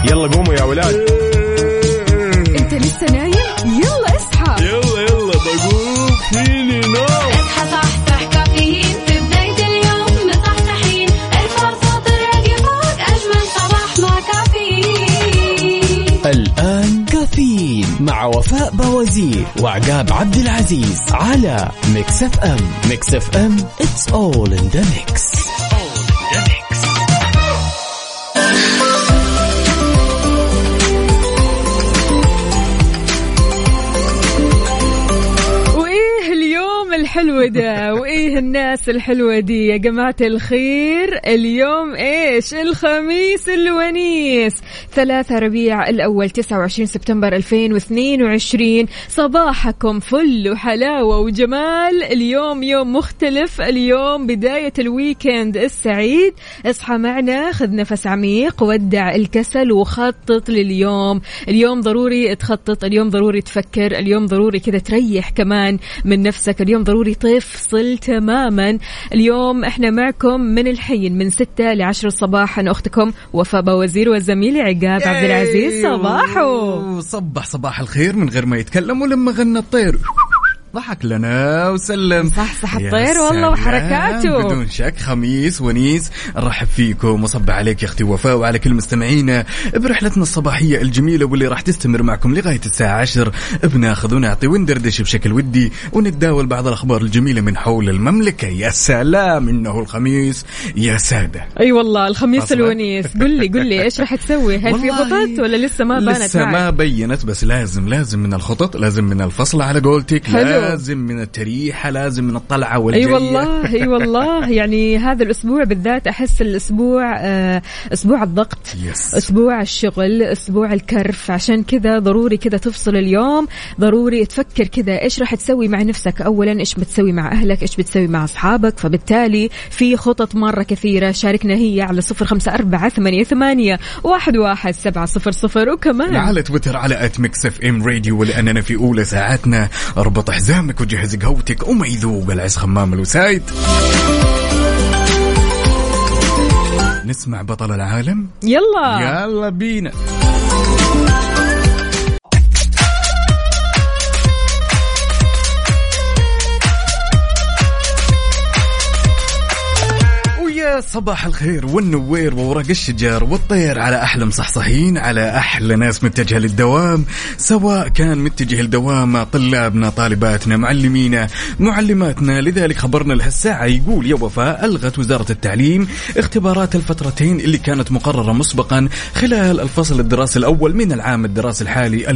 يلا قوموا يا ولاد. انت لسه نايم؟ يلا اصحى. يلا بقوم فيني نوم. اصحى صحصح كافيين في بداية اليوم مصحصحين. ارفع صوت الراديو فوق أجمل صباح مع كافيين. الآن كافيين مع وفاء بوازير وعقاب عبد العزيز على ميكس اف ام. ميكس اف ام it's all in the mix. الحلوة ده وإيه الناس الحلوة دي يا جماعة الخير. اليوم إيش؟ الخميس الونيس 3 ربيع الأول 29 سبتمبر 2022. صباحكم فل وحلاوة وجمال. اليوم يوم مختلف، اليوم بداية الويكند السعيد. اصحى معنا، خذ نفس عميق، ودع الكسل وخطط لليوم. اليوم ضروري تخطط، اليوم ضروري تفكر، اليوم ضروري كده تريح كمان من نفسك، اليوم ضروري تفصل تماما. اليوم احنا معكم من الحين من 6 ل 10 صباحا. أختكم وفاء بوازير وزميلي عقاب عبد العزيز. صباحو صباح الخير من غير ما يتكلم، ولما غنى الطير ضحك لنا وسلم. صح الطير والله وحركاته بدون شك. خميس ونيس، نرحب فيكم وصب عليك يا اختي وفاء وعلى كل مستمعينا برحلتنا الصباحيه الجميله واللي راح تستمر معكم لغايه الساعه 10. بناخذ ونعطي وندردش بشكل ودي ونتداول بعض الاخبار الجميله من حول المملكه. يا سلام انه الخميس يا ساده. اي والله الخميس الونيس. قل لي ايش راح تسوي؟ هل في خطط ولا لسه ما بانت؟ لسه ما بينت، بس لازم من الخطط، لازم من الفصل على قولتك، لازم من التريحة، لازم من الطلعة والجاية. اي والله يعني هذا الأسبوع بالذات أحس الأسبوع أسبوع الضغط، أسبوع الشغل، أسبوع الكرف. عشان كذا ضروري كذا تفصل اليوم، ضروري تفكر كذا إيش راح تسوي مع نفسك أولا، إيش بتسوي مع أهلك، إيش بتسوي مع أصحابك. فبالتالي في خطط مرة كثيرة. شاركنا هي على 0548811700 وكمان على تويتر على @mixfmradio. ولأننا في أولى ساعاتنا اربط حزامك وجهز قهوتك وما يذوق العز خمام الوسايد. نسمع بطل العالم. يلا بينا. صباح الخير والنوير وورق الشجر والطير على أحلى مصحصحين، على أحلى ناس متجهة للدوام، سواء كان متجه للدوام طلابنا، طالباتنا، معلمينا، معلماتنا. لذلك خبرنا لهالساعة يقول يا وفاء ألغت وزارة التعليم اختبارات الفترتين اللي كانت مقررة مسبقا خلال الفصل الدراسي الأول من العام الدراسي الحالي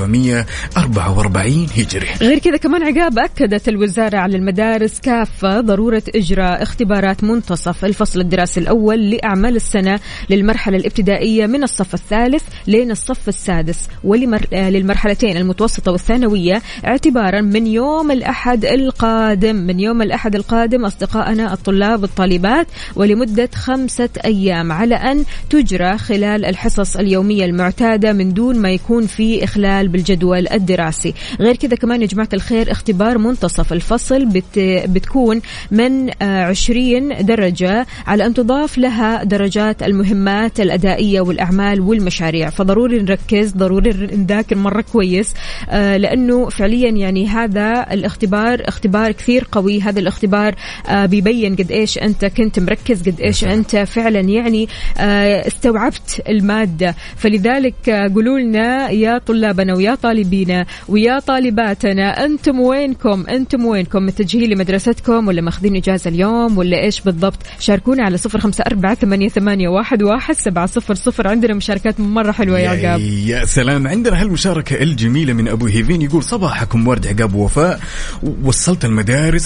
1444 هجري. غير كذا كمان عقاب أكدت الوزارة على المدارس كافة ضرورة إجراء اختبارات منتصف الفصل الدراسي الأول لأعمال السنة للمرحلة الابتدائية من الصف الثالث لين الصف السادس، وللمرحلتين المتوسطة والثانوية اعتبارا من يوم الأحد القادم أصدقائنا الطلاب والطالبات، ولمدة 5 أيام، على أن تجرى خلال الحصص اليومية المعتادة من دون ما يكون في إخلال بالجدول الدراسي. غير كذا كمان يا جماعة الخير اختبار منتصف الفصل بتكون من 20 درجة، على أن تضاف لها درجات المهمات الأدائية والأعمال والمشاريع. فضروري نركز، ضروري نذاكر مرة كويس، لأنه فعليا يعني هذا الاختبار اختبار كثير قوي. هذا الاختبار بيبين قد إيش أنت كنت مركز، قد إيش أنت فعلا يعني استوعبت المادة. فلذلك قولوا لنا يا طلابنا ويا طالبينا ويا طالباتنا، أنتم وينكم متجهين لمدرستكم ولا ماخذين إجازة اليوم ولا إيش بالضبط؟ شاركونا على 0548811700. عندنا مشاركات مرة حلوة يا عقاب. يا سلام، عندنا هالمشاركة الجميلة من أبو هيفين يقول صباحكم ورد عقاب وفاء. وصلت المدارس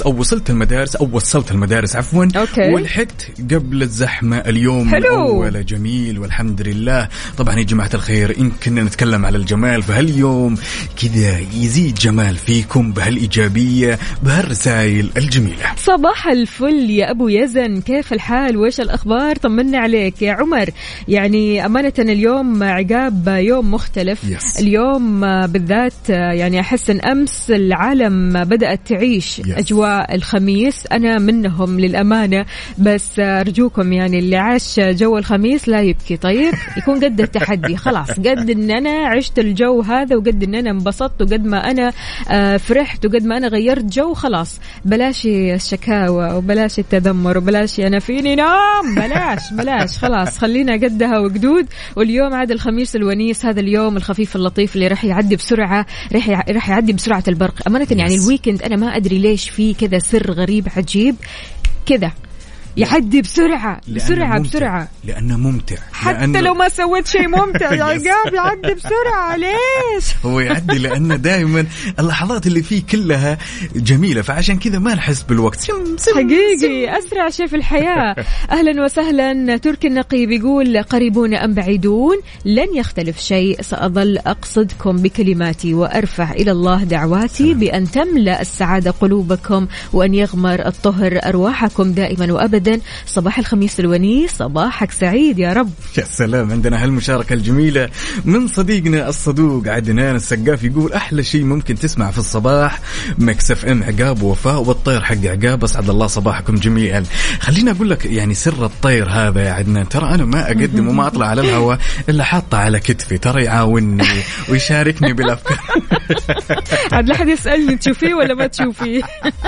عفوا، ولحقت قبل الزحمة اليوم الأول. جميل والحمد لله. طبعا يا جماعة الخير إن كنا نتكلم على الجمال، فهاليوم كذا يزيد جمال فيكم بهالإيجابية بهالرسائل الجميلة. صباح الفل يا أبو يزن، كيف الحال الحال وإيش الأخبار؟ طمنا عليك يا عمر. يعني أمانة اليوم عقاب يوم مختلف. اليوم بالذات يعني أحس أن أمس العالم بدأت تعيش أجواء الخميس، أنا منهم للأمانة، بس أرجوكم يعني اللي عاش جو الخميس لا يبكي، طيب يكون قد التحدي، خلاص قد أن أنا عشت الجو هذا وقد أن أنا انبسطت وقد ما أنا فرحت وقد ما أنا غيرت جو، خلاص بلاش الشكاوى وبلاش التذمر وبلاش أنا فيني نام، بلاش خلاص خلينا قدها وقدود. واليوم عاد الخميس الونيس، هذا اليوم الخفيف اللطيف اللي راح يعدي بسرعة، راح يعدي بسرعة البرق أمانة. يعني الويكند أنا ما أدري ليش في كذا سر غريب عجيب كذا يعدي بسرعة لأنه ممتع، حتى لو ما سويت شيء ممتع يا عقاب يعدي بسرعة. ليش هو يعدي؟ لأنه دائما اللحظات اللي فيه كلها جميلة، فعشان كذا ما نحس بالوقت. حقيقي أسرع شيء في الحياة. أهلا وسهلا. تركي النقي بيقول قريبون أم بعيدون لن يختلف شيء، سأظل أقصدكم بكلماتي وأرفع إلى الله دعواتي بأن تملأ السعادة قلوبكم وأن يغمر الطهر أرواحكم دائما وأبدا. صباح الخميس الونيس، صباحك سعيد يا رب. يا سلام، عندنا هالمشاركة الجميلة من صديقنا الصدوق عدنان السقاف، يقول أحلى شيء ممكن تسمع في الصباح ميكس اف ام، عقاب ووفاء والطير حق عقاب، أسعد الله صباحكم جميعا. خلينا أقول لك يعني سر الطير هذا يا عدنان، ترى أنا ما أقدم وما أطلع على الهواء إلا حاطة على كتفي، ترى يعاونني ويشاركني بالأفكار. عاد لحد يسألني تشوفيه ولا ما تشوفيه.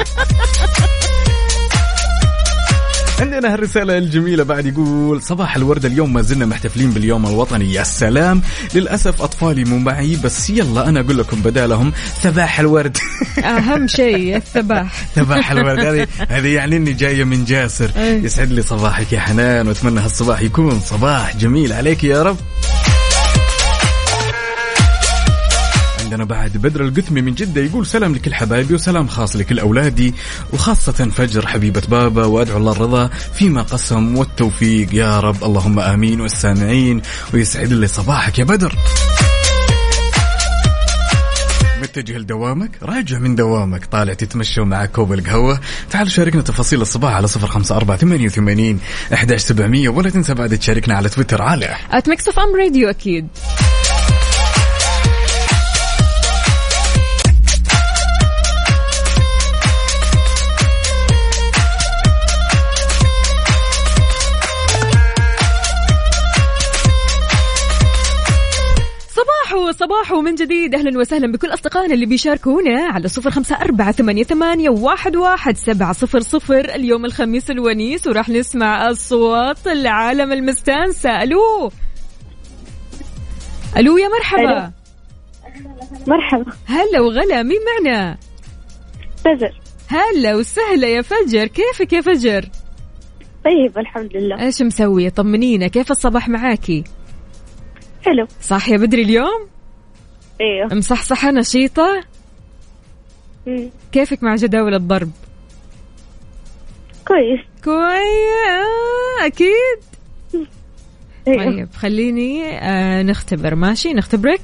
عندنا هالرسالة الجميلة بعد، يقول صباح الورد، اليوم ما زلنا محتفلين باليوم الوطني. يا سلام، للأسف أطفالي مو معي، بس يلا أنا أقول لكم بدالهم صباح الورد. أهم شيء الصباح. صباح الورد، هذه يعني إني جاية من جاسر. يسعد لي صباحك يا حنان، وأتمنى هالصباح يكون صباح جميل عليك يا رب. عندنا بعد بدر القثمي من جدة، يقول سلام لكل حبايبي وسلام خاص لكل أولادي وخاصة فجر حبيبة بابا، وأدعو الله الرضا فيما قسم والتوفيق يا رب، اللهم آمين، والسامعين. ويسعد لي صباحك يا بدر. متجه لدوامك، راجع من دوامك، طالع تتمشى مع كوب القهوة، تعال شاركنا تفاصيل الصباح على 0548811700، ولا تنسى بعد تشاركنا على تويتر على @mixfmradio أكيد. صباحو من جديد. أهلا وسهلا بكل أصدقائنا اللي بيشاركونا على 0548811700. اليوم الخميس الونيس وراح نسمع أصوات العالم المستانسة. ألو يا مرحبا. مرحبا. هلا وغلا، مين معنا؟ فجر. هلا وسهلا يا فجر، كيفك يا فجر؟ طيب الحمد لله. ايش مسوية؟ طمنينا، كيف الصباح معاكي؟ حلو. صح يا بدري اليوم؟ ايوه. مصحصحة نشيطة؟ كيفك مع جداول الضرب؟ كويس. أكيد. أيوه. طيب خليني نختبر، ماشي نختبرك؟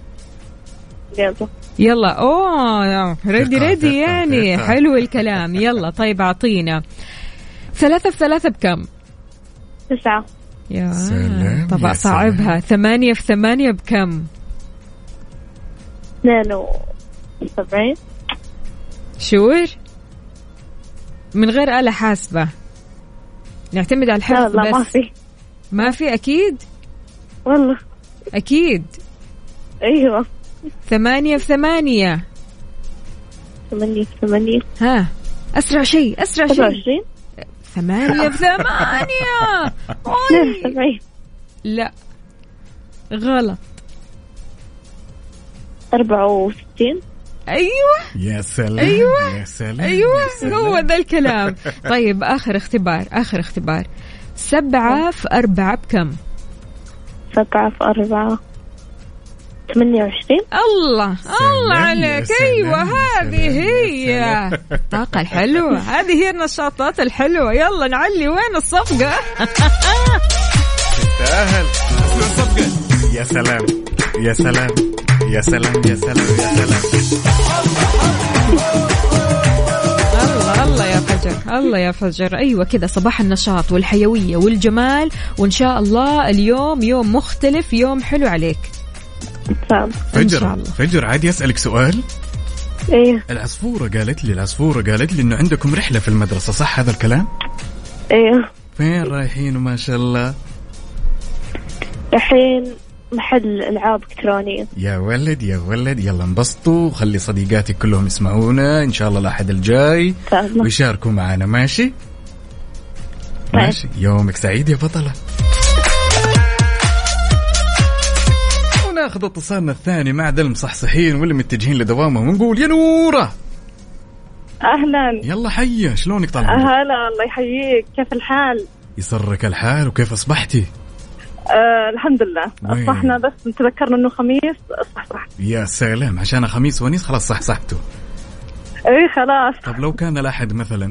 يلا ريدي يعني حلو الكلام. يلا طيب أعطينا 3 في 3 بكم؟ 9. يا طبعا صعبها. 8 في 8 بكم؟ 72. شور من غير آلة حاسبة، نعتمد على الحفظ بس. ما في أكيد والله أكيد. أيوة. 8 في 8. 8 في 8. ها أسرع شيء 27. 8 في 8. 72. لا غلط. 64. أيوة يا سلام. أيوة يا سلام. أيوة هو ذا الكلام. طيب آخر اختبار 7 في 4 بكم؟ 7 في 4 28. الله عليك. أيوة هذه هي الطاقة الحلوة، هذه هي النشاطات الحلوة. يلا نعلي، وين الصفقة؟ تستاهل الصفقة. يا سلام يا سلام يا سلام يا سلام يا سلام. الله يا فجر، الله يا فجر. أيوة كذا صباح النشاط والحيوية والجمال، وإن شاء الله اليوم يوم مختلف، يوم حلو عليك. فجر عادي أسألك سؤال؟ ايه. العصفورة قالت لي إنه عندكم رحلة في المدرسة، صح هذا الكلام؟ ايه. فين رايحين وما شاء الله؟ الحين محل ألعاب إلكترونية. يا ولد يلا انبسطوا وخلي صديقاتك كلهم يسمعونا إن شاء الله الأحد الجاي ويشاركوا معنا. ماشي يومك سعيد يا بطلة. وناخذ اتصالنا الثاني مع ذا المصحصحين واللي متجهين لدوامهم ونقول يا نورة. أهلا. يلا حيا، شلونك طال عمرك؟ هلا الله يحييك، كيف الحال؟ يسرك الحال. وكيف أصبحتي؟ الحمد لله أصبحنا، بس نتذكرنا أنه خميس صح. يا سلام، عشان خميس ونيس خلاص صحته. إيه خلاص. طب لو كان الأحد مثلا؟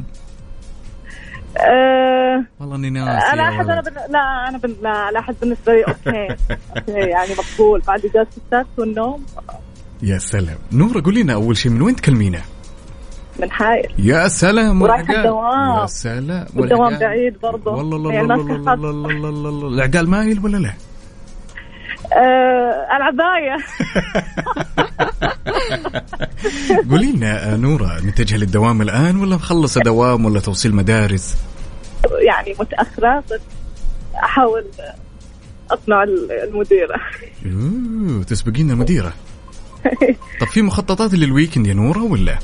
والله إني ناسي. الأحد بالنسبة لي أوكي. يعني مقبول بعد إجازة السبت والنوم. يا سلام. نورة قولي لنا أول شيء من وين تكلمينا؟ من حائل. يا سلام. ورايح الدوام. يا سلام. والدوام بعيد برضه. والله العقال مايل ولا لا؟ العباية. قولي لنا نورة، متجهة للدوام الآن ولا مخلصة دوام ولا توصيل مدارس؟ يعني متأخرة، بس أحاول أقنع المديرة. تسبقين المديرة. طب في مخططات للويكند يا نورة ولا؟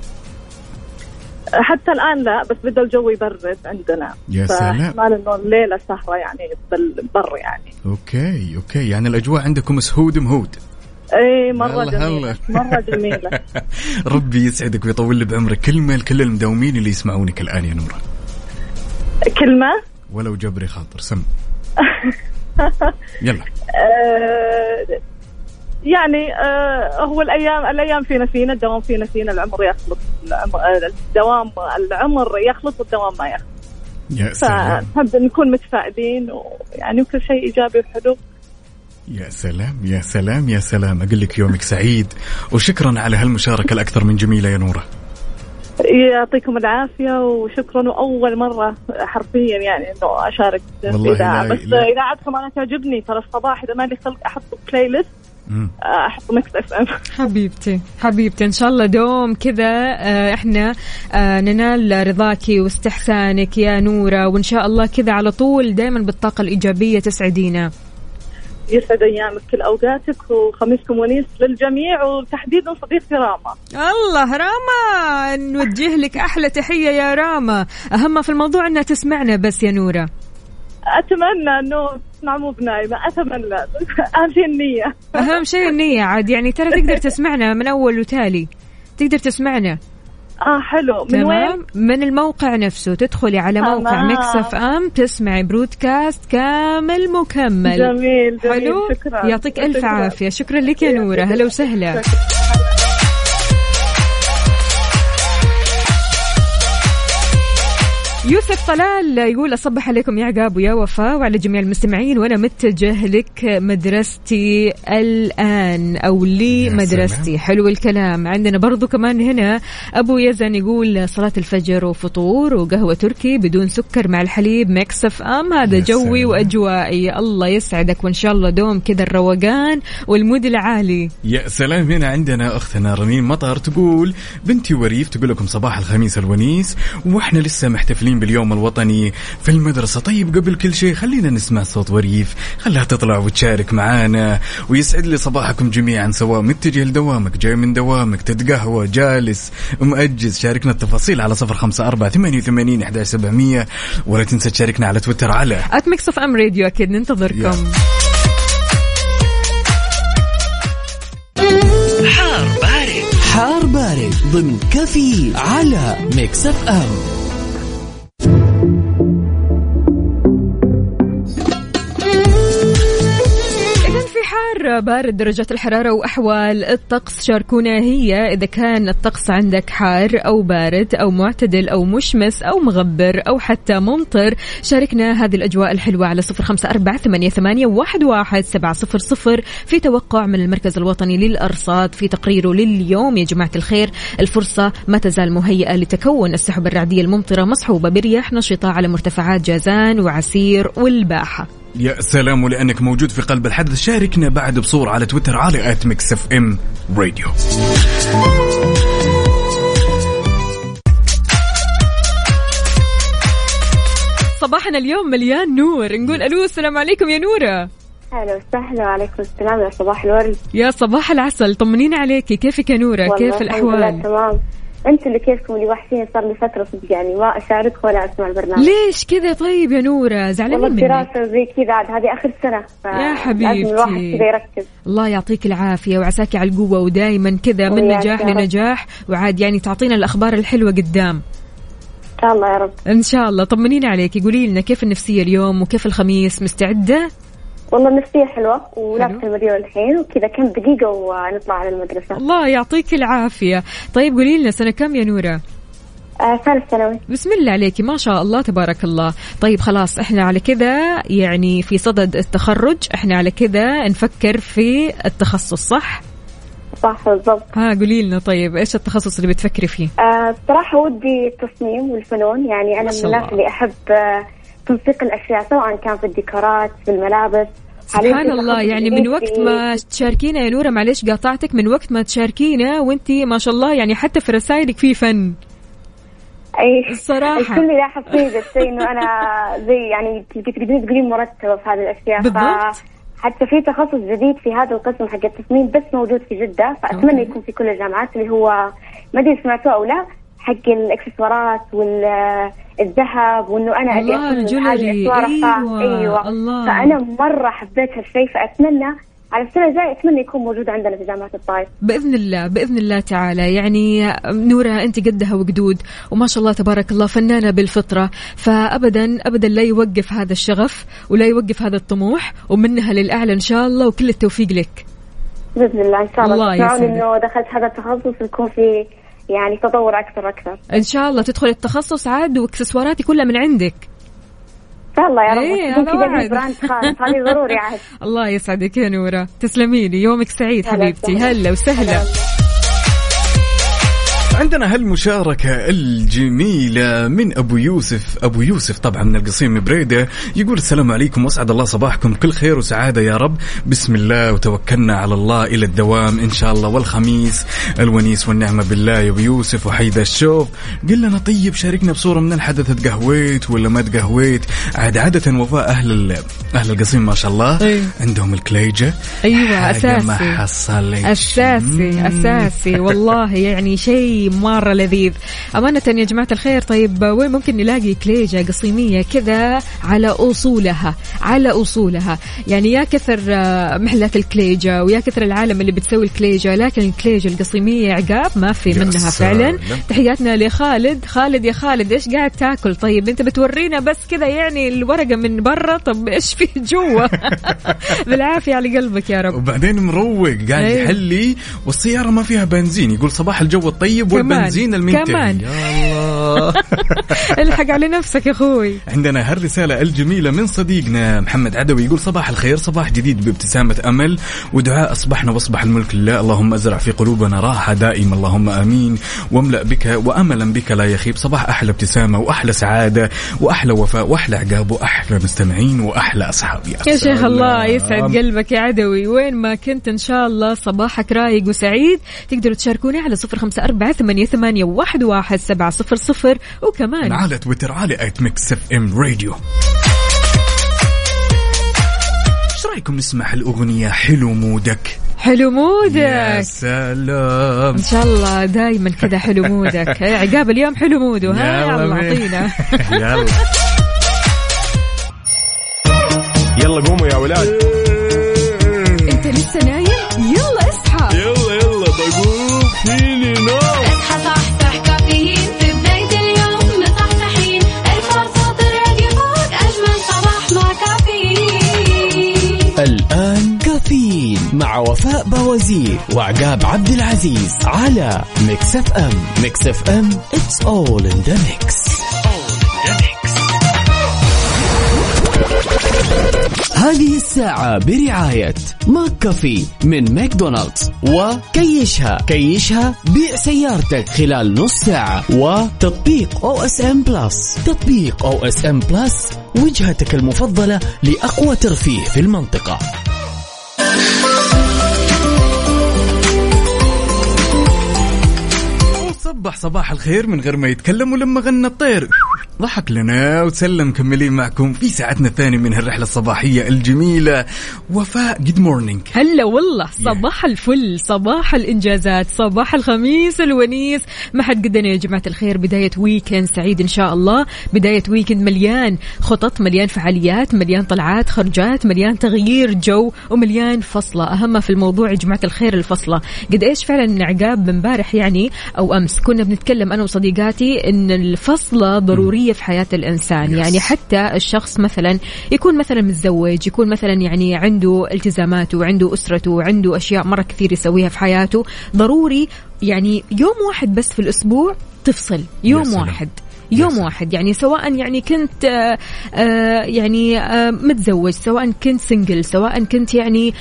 حتى الآن لا، بس بدأ الجو يبرد عندنا. يا سلام. احتمال إنه الليلة سهرة يعني بالبر يعني. أوكي يعني الأجواء عندكم سهود مهود. ايه مرة جميلة. مرة جميلة. ربي يسعدك ويطول لي بعمرك. كلمة لكل المداومين اللي يسمعونك الآن يا نورة. كلمة ولو جبري خاطر سم. يلا. يعني هو الأيام فينا الدوام فينا العمر يخلص، العمر يخلص والدوام ما يخلص. يا سلام. فنحب نكون متفائلين ويعني وكل شيء إيجابي وحلو. يا سلام. أقول لك يومك سعيد وشكرا على هالمشاركة الأكثر من جميلة يا نورة. يعطيكم العافية وشكرا. وأول مرة حرفيا يعني إنه أشارك في إذاعة، بس إذاعتكم أنا تعجبني. ترى الصباح إذا ما لي خلق أحط بلاي ليست أحط ميكس اف ام. حبيبتي إن شاء الله دوم كذا إحنا ننال رضاكي واستحسانك يا نورة، وإن شاء الله كذا على طول دائما بالطاقة الإيجابية تسعدينا. يسعد أيامك كل أوقاتك وخميسكم ونيس للجميع، وتحديدا صديقتي راما. الله راما، نوجه لك أحلى تحية يا راما. أهم في الموضوع أنها تسمعنا بس يا نورة. أتمنى أنه تسمع مو بنايمة، أتمنى. أهم شيء النية. أهم شيء النية عاد، يعني ترى تقدر تسمعنا من أول وتالي، تقدر تسمعنا. حلو. من وين؟ من الموقع نفسه، تدخلي على موقع ميكس اف ام تسمعي برودكاست كامل مكمل. جميل. حلو. شكرا. يعطيك ألف عافية. شكرا لك يا نورة. هلا وسهلا. يوسف طلال يقول أصبح عليكم يا عقاب ويا وفاء وعلى جميع المستمعين، وأنا متجه لك مدرستي الآن أو لي مدرستي. حلو الكلام. عندنا برضو كمان هنا أبو يزن يقول صلاة الفجر وفطور وقهوة تركي بدون سكر مع الحليب ميكس اف ام، هذا جوي وأجوائي. الله يسعدك وإن شاء الله دوم كذا الروقان والمود العالي. يا سلام. هنا عندنا أختنا رنين مطر تقول بنتي وريف تقول لكم صباح الخميس الونيس، وإحنا لسه محتفلين باليوم الوطني في المدرسة. طيب قبل كل شيء خلينا نسمع صوت وريف، خليها تطلع وتشارك معانا. ويسعد لي صباحكم جميعا، سواء متجه لدوامك، جاي من دوامك، تتقهوى، جالس، مؤجز. شاركنا التفاصيل على 0548811700، ولا تنسى تشاركنا على تويتر على @mixfmradio. أكيد ننتظركم. حار بارد ضمن كفي على ميكس اف ام. حار بارد درجات الحرارة وأحوال الطقس. شاركونا هي إذا كان الطقس عندك حار أو بارد أو معتدل أو مشمس أو مغبر أو حتى ممطر. شاركنا هذه الأجواء الحلوة على 0548811700 في توقع من المركز الوطني للأرصاد في تقريره لليوم. يا جماعة الخير الفرصة ما تزال مهيئة لتكون السحب الرعدية الممطرة مصحوبة برياح نشطة على مرتفعات جازان وعسير والباحة. يا سلام، ولأنك موجود في قلب الحدث شاركنا بعد بصورة على تويتر على @mixfm radio. صباحنا اليوم مليان نور، نقول ألو السلام عليكم يا نورة. هلا وسهلا، وعليكم السلام، يا صباح الورد. يا صباح العسل، طمنين عليكي، كيفك يا نورة؟ كيف الأحوال؟ تمام. أنت اللي كيفكم اللي وحشين، صار لي فترة صدق يعني ما أشارك ولا أسمع البرنامج. ليش كذا طيب يا نورة؟ زعلانين منك؟ الدراسة زي كذا، عاد هذه آخر سنة يا حبيبتي. لازم الواحد كذا يركز. الله يعطيك العافية وعساكي على القوة، ودايما كذا من نجاح لنجاح، وعاد يعني تعطينا الأخبار الحلوة قدام. إن شاء الله يا رب. إن شاء الله. طمنين عليكي، قولي لنا كيف النفسية اليوم وكيف الخميس، مستعدة؟ والله النفسية حلوة ولابسة المليون الحين وكذا كم دقيقة ونطلع على المدرسة. الله يعطيك العافية. طيب قولي لنا سنة كم يا نورة؟ ثالث ثانوي. بسم الله عليكي ما شاء الله تبارك الله. طيب خلاص احنا على كذا يعني في صدد التخرج، احنا على كذا نفكر في التخصص صح؟ صح بالضبط. قولي لنا طيب ايش التخصص اللي بتفكري فيه؟ بصراحة ودي التصميم والفنون، يعني أنا من الناس اللي أحب تنسيق الأشياء سواء كان في الديكورات في الملابس. سبحان الله، يعني من وقت ما تشاركينا يا نورة، معليش قاطعتك، من وقت ما تشاركينا وانتي ما شاء الله يعني حتى في رسائلك في فن. أي الصراحة الكل لاحظ فيه الشيء إنه أنا زي يعني تقدرين مرتبة في هذه الأشياء. بالضبط. حتى في تخصص جديد في هذا القسم حق التصميم بس موجود في جدة، فأتمنى يكون في كل الجامعات، اللي هو ما أدري سمعتوه أو لا، حق الإكسسوارات والذهب، وإنه أنا أبي أكون هذه الأسوار. أيوة. الله. فأنا مرة حبيت هالشيء، فأتمنى على السنة الجاية أتمنى يكون موجود عندنا في جامعة الطائف بإذن الله بإذن الله تعالى. يعني نورة أنت قدها وقدود وما شاء الله تبارك الله، فنانة بالفطرة، فأبدا أبدا لا يوقف هذا الشغف ولا يوقف هذا الطموح، ومنها للأعلى إن شاء الله، وكل التوفيق لك بإذن الله. إن شاء الله تسمعون إنه دخلت هذا التخصص يكون في يعني تطور أكثر إن شاء الله. تدخل التخصص عاد واكسسواراتي كلها من عندك إن شاء الله يا رب. إيه براند خالص هذه ضروري عاد. الله يسعدك يا نورة، تسلمي لي، يومك سعيد حبيبتي. هلا وسهلا. عندنا هالمشاركة الجميلة من أبو يوسف طبعا من القصيم بريدة، يقول السلام عليكم وأسعد الله صباحكم كل خير وسعادة يا رب، بسم الله وتوكلنا على الله إلى الدوام إن شاء الله، والخميس الونيس والنعمة بالله يا أبو يوسف وحيدة الشوف. قل لنا طيب، شاركنا بصورة من الحدث، تقهويت ولا ما تقهويت؟ عادة وفاء أهل القصيم ما شاء الله عندهم الكليجة. أيوة أساسي، ما حصلت أساسي والله، يعني شيء مرة لذيذ أمانة يا جماعة الخير. طيب وين ممكن نلاقي كليجة قصيمية كذا على أصولها؟ يعني يا كثر محلات الكليجة ويا كثر العالم اللي بتسوي الكليجة، لكن الكليجة القصيمية عقاب ما في منها فعلا. تحياتنا لخالد. يا خالد إيش قاعد تاكل؟ طيب أنت بتورينا بس كذا يعني الورقة من برا، طب إيش فيه جوا؟ بالعافية على قلبك يا رب. وبعدين مروق قاعد يحلي والسيارة ما فيها بنزين، يقول صباح الجو الطيب والبنزين المنتهي كمان. يا الله. الحق على نفسك يا أخوي. عندنا هالرسالة الجميلة من صديقنا محمد عدوي، يقول صباح الخير، صباح جديد بابتسامة أمل ودعاء أصبحنا واصبح الملك لله، اللهم أزرع في قلوبنا راحة دائما اللهم آمين، واملأ بك وأملا بك لا يخيب. صباح أحلى ابتسامة وأحلى سعادة وأحلى وفاء وأحلى عقاب وأحلى مستمعين وأحلى أصحاب. يا شيخ الله يسعد قلبك يا عدوي، وين ما كنت إن شاء الله صباحك رايق وسعيد. تقدروا تشاركوني على 0548811700 وكمان على تويتر على @mixfm radio. ايش رايكم نسمع الأغنية حلو مودك؟ يا سلام، ان شاء الله دايما كذا حلو مودك. عقاب اليوم حلو موده، ها يلا اعطينا. يلا قوموا يا ولاد. انت لسه نايم؟ يلا اصحى. يلا بقوم فيني نوم. اصحى صحصح كافيين في بداية اليوم مصحصحين، الفرصة تراقي فوق أجمل صباح مع كافيين. الآن كافيين مع وفاء بوازير وعقاب عبد العزيز على ميكس اف ام. ميكس اف ام it's all in the mix. هذه الساعة برعاية ماك كافي من ماكدونالدز، وكيشها بيع سيارتك خلال نص ساعة، وتطبيق OSM Plus. تطبيق OSM Plus وجهتك المفضلة لأقوى ترفيه في المنطقة. صباح الخير من غير ما يتكلم، ولما غنى الطير ضحك لنا وسلم. مكملين معكم في ساعتنا الثانية من هالرحلة الصباحية الجميلة. وفاء جود مورنينج. هلا والله، صباح الفل، صباح الإنجازات، صباح الخميس الونيس. ما حد قدنا يا جماعة الخير. بداية ويكند سعيد إن شاء الله، بداية ويكند مليان خطط، مليان فعاليات، مليان طلعات خرجات، مليان تغيير جو، ومليان فصلة. أهم في الموضوع يا جماعة الخير الفصلة. قد إيش فعلا من عقاب امبارح يعني أو أمس كنا بنتكلم أنا وصديقاتي إن الفصلة ضرورية في حياة الإنسان. يعني حتى الشخص مثلا يكون مثلا متزوج، يكون مثلا يعني عنده التزاماته وعنده أسرته وعنده أشياء مرة كثير يسويها في حياته، ضروري يعني يوم واحد بس في الأسبوع تفصل. يوم واحد، يوم واحد، يعني سواء يعني كنت متزوج، سواء كنت سنجل، سواء كنت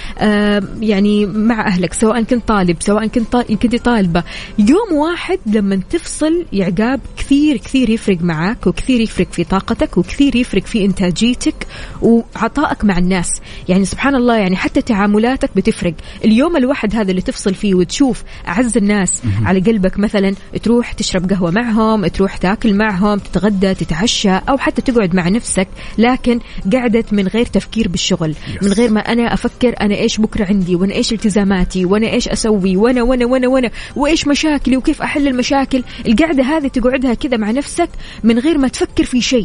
يعني مع أهلك، سواء كنت طالب، سواء كنت طالبة، يوم واحد لما تفصل يا عقاب كثير يفرق معك، وكثير يفرق في طاقتك، وكثير يفرق في إنتاجيتك وعطائك مع الناس. يعني سبحان الله، يعني حتى تعاملاتك بتفرق. اليوم الواحد هذا اللي تفصل فيه وتشوف أعز الناس على قلبك، مثلا تروح تشرب قهوة معهم، تروح تاكل معهم، تتغدى، تتعشى، أو حتى تقعد مع نفسك، لكن قعدت من غير تفكير بالشغل، من غير ما أنا أفكر أنا إيش بكرة عندي، وأنا إيش التزاماتي، وأنا إيش أسوي، وأنا وإيش مشاكلي، وكيف أحل المشاكل. القعدة هذه تقعدها كذا مع نفسك من غير ما تفكر في شيء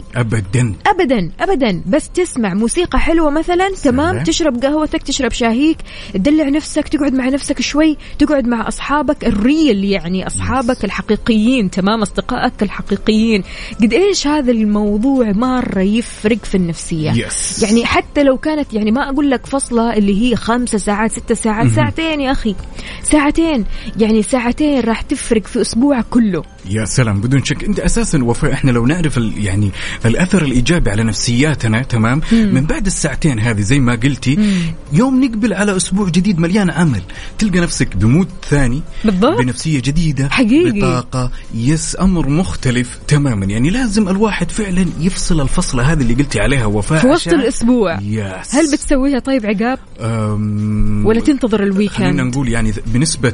أبدا، بس تسمع موسيقى حلوة مثلا، تمام، تشرب قهوتك، تشرب شاهيك، تدلع نفسك، تقعد مع نفسك شوي، تقعد مع أصحابك الريل، يعني أصحابك الحقيقيين، تمام، أصدقائك الحقيقيين. قد إيش هذا الموضوع مرة يفرق في النفسية. يعني حتى لو كانت يعني ما أقول لك فصلة اللي هي 5 ساعات 6 ساعات، ساعتين يا أخي، ساعتين، يعني ساعتين راح تفرق في أسبوعك كله. يا سلام، بدون شك. انت اساسا وفاء احنا لو نعرف يعني الاثر الايجابي على نفسياتنا، تمام، من بعد الساعتين هذه زي ما قلتي، يوم نقبل على اسبوع جديد مليان عمل، تلقى نفسك بمود ثاني، بالضبط، بنفسيه جديده حقيقي، بطاقه، امر مختلف تماما. يعني لازم الواحد فعلا يفصل الفصله هذه اللي قلتي عليها وفاء في وسط الاسبوع. هل بتسويها طيب عقاب ولا تنتظر الويكند؟ خلينا نقول يعني بنسبه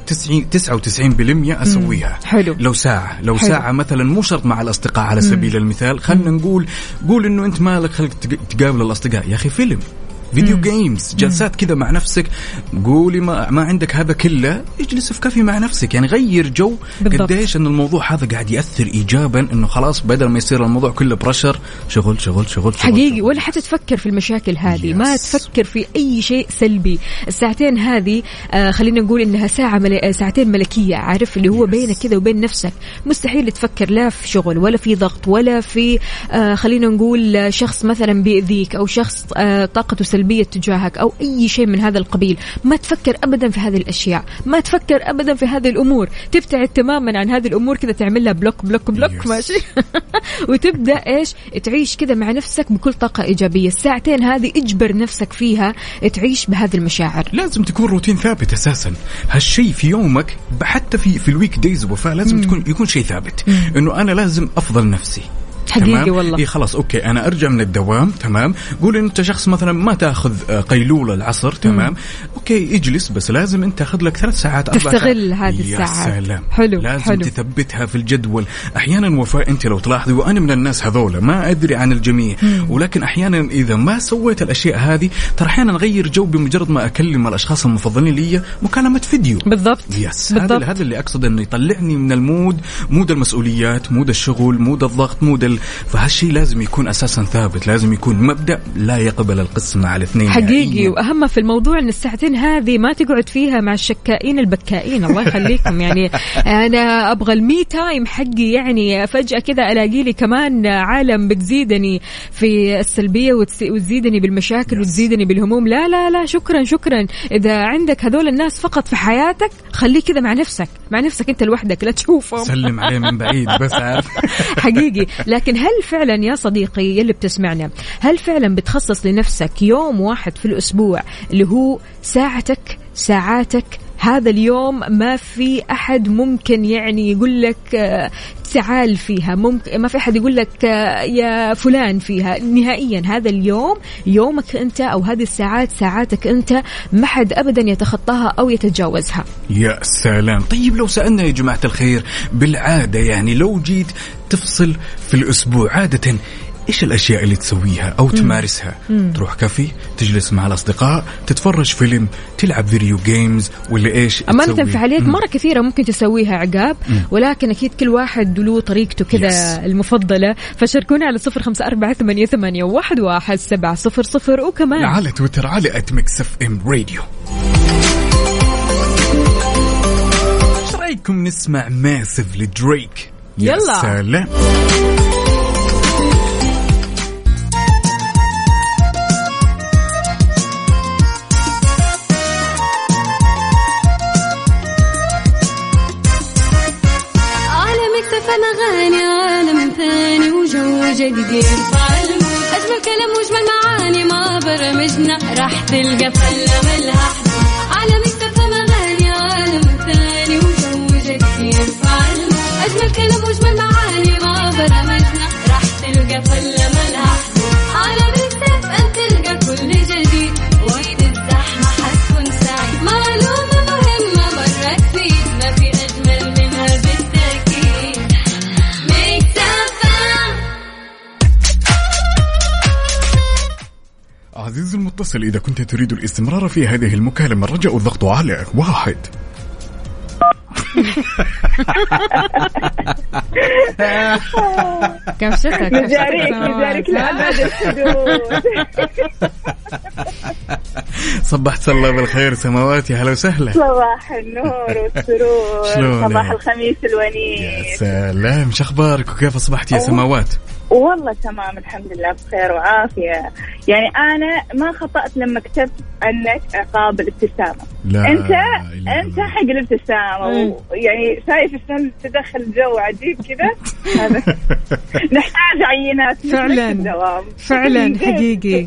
99% اسويها. حلو. لو ساعة مثلا، مو شرط مع الأصدقاء على سبيل المثال، خلنا قول إنه أنت مالك، خلك تقابل الأصدقاء يا أخي، فيلم، فيديو جيمز، جلسات كذا مع نفسك. قولي ما عندك هذا كله، اجلس في كافي مع نفسك، يعني غير جو. قديش ان الموضوع هذا قاعد يأثر ايجابا، انه خلاص بدل ما يصير الموضوع كله برشر، شغل حقيقي، ولا حتى تفكر في المشاكل هذه، ما تفكر في اي شيء سلبي. الساعتين هذه خلينا نقول انها ساعتين ملكية، عارف، اللي هو بينك كذا وبين نفسك. مستحيل تفكر لا في شغل ولا في ضغط ولا في خلينا نقول شخص مثلا بيأذيك، او شخص طاقته سلبية تجاهك، أو أي شيء من هذا القبيل. ما تفكر أبدا في هذه الأشياء، ما تفكر أبدا في هذه الأمور، تبتعد تماما عن هذه الأمور كذا، تعملها بلوك ماشي وتبدأ إيش تعيش كذا مع نفسك بكل طاقة إيجابية. الساعتين هذه اجبر نفسك فيها تعيش بهذه المشاعر. لازم تكون روتين ثابت أساسا، هالشيء في يومك، حتى في الويك دايز وفاء لازم يكون شيء ثابت، إنه أنا لازم أفضل نفسي. حقيقي والله. إيه خلاص أوكي، أنا أرجع من الدوام، تمام، قول أنت شخص مثلا ما تأخذ قيلولة العصر، تمام، أوكي اجلس، بس لازم أنت تأخذ لك 3 ساعات 4 ساعات، تستغل هذه الساعات. يا سلام، حلو، لازم تثبتها في الجدول. أحيانا وفاء أنت لو تلاحظي، وأنا من الناس هذولا، ما أدري عن الجميع، ولكن أحيانا إذا ما سويت الأشياء هذه، ترى أحيانا نغير جو بمجرد ما أكلم الأشخاص المفضلين لي مكالمة فيديو. بالضبط. هذا اللي أقصد، إنه يطلعني من مود المسؤوليات، مود الشغل، مود الضغط، مود فهالشيء لازم يكون أساسا ثابت، لازم يكون مبدأ لا يقبل القسمة على اثنين حقيقي. وأهم في الموضوع أن الساعتين هذه ما تقعد فيها مع الشكائين البكائين، الله يخليكم. يعني أنا أبغى المي تايم حقي، يعني فجأة كذا ألاقي لي كمان عالم بتزيدني في السلبية وتزيدني بالمشاكل وتزيدني بالهموم. لا لا لا، شكرا شكرا. إذا عندك هذول الناس فقط في حياتك خليه كذا مع نفسك أنت لوحدك، لا تشوفهم، سلم عليه من بعيد بس عارف. حقيقي. لكن هل فعلا يا صديقي يلي بتسمعنا، هل فعلا بتخصص لنفسك يوم واحد في الأسبوع اللي هو ساعاتك هذا اليوم ما في أحد ممكن يعني يقول لك تعال فيها، ممكن ما في أحد يقول لك يا فلان فيها نهائيا. هذا اليوم يومك أنت، أو هذه الساعات ساعاتك أنت، ما حد أبدا يتخطاها أو يتجاوزها. يا سلام. طيب لو سألنا يا جماعة الخير بالعادة، يعني لو جيت تفصل في الأسبوع عادة إيش الأشياء اللي تسويها أو تمارسها؟ تروح كافي، تجلس مع الأصدقاء، تتفرج فيلم، تلعب فيديو جيمز، ولا إيش؟ أمانة فعاليات مرة كثيرة ممكن تسويها عقاب، ولكن أكيد كل واحد له طريقته كذا المفضلة. فشاركونا على 0548811700 وكمان على تويتر على @mixfmradio. إيش رأيكم نسمع ماسيف لدريك؟ يا يلا سلام. عالم ثاني وجو جديد يرفع المود، أجمل كلام وأجمل معاني ما برمجنا راح تلقى فلة ملها حدود. عالم اكتفى مغاني عالم ثاني وجو جديد يرفع المود، أجمل كلام وأجمل معاني ما برمجنا راح تلقى فلة ملها حدود. عالم اكتفى أن تلقى كل جديد، وقت الزحمة حتكون سعيد. معلومة مهمة مرة تفيد، ما في أجمل منها بالتأكيد. عزيزي المتصل، إذا كنت تريد الاستمرار في هذه المكالمة رجاء الضغط على 1. كمشتك مجاريك لأبد الحدود. صبحت الله بالخير سماواتي، هلا وسهلا. صباح النور والسرور، صباح الخميس الونيس. يا سلام، شخبارك وكيف أصبحت يا سماوات؟ والله تمام الحمد لله بخير وعافية. يعني أنا ما خطأت لما كتبت أنك قابل ابتسامة. لا أنت حق الابتسامة، يعني شايف السن تدخل جو عجيب كذا. نحتاج عينات فعلا حقيقي.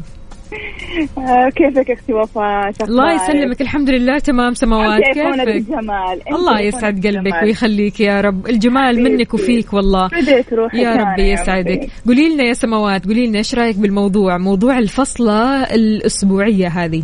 كيفك اختي وفاء؟ الله يسلمك، الحمد لله تمام. سماوات كيفك؟ الله يسعد قلبك ويخليك يا رب. الجمال منك وفيك والله، يا رب يسعدك. قولي لنا يا سماوات، قولي لنا ايش رايك بالموضوع، موضوع الفصلة الأسبوعية هذه؟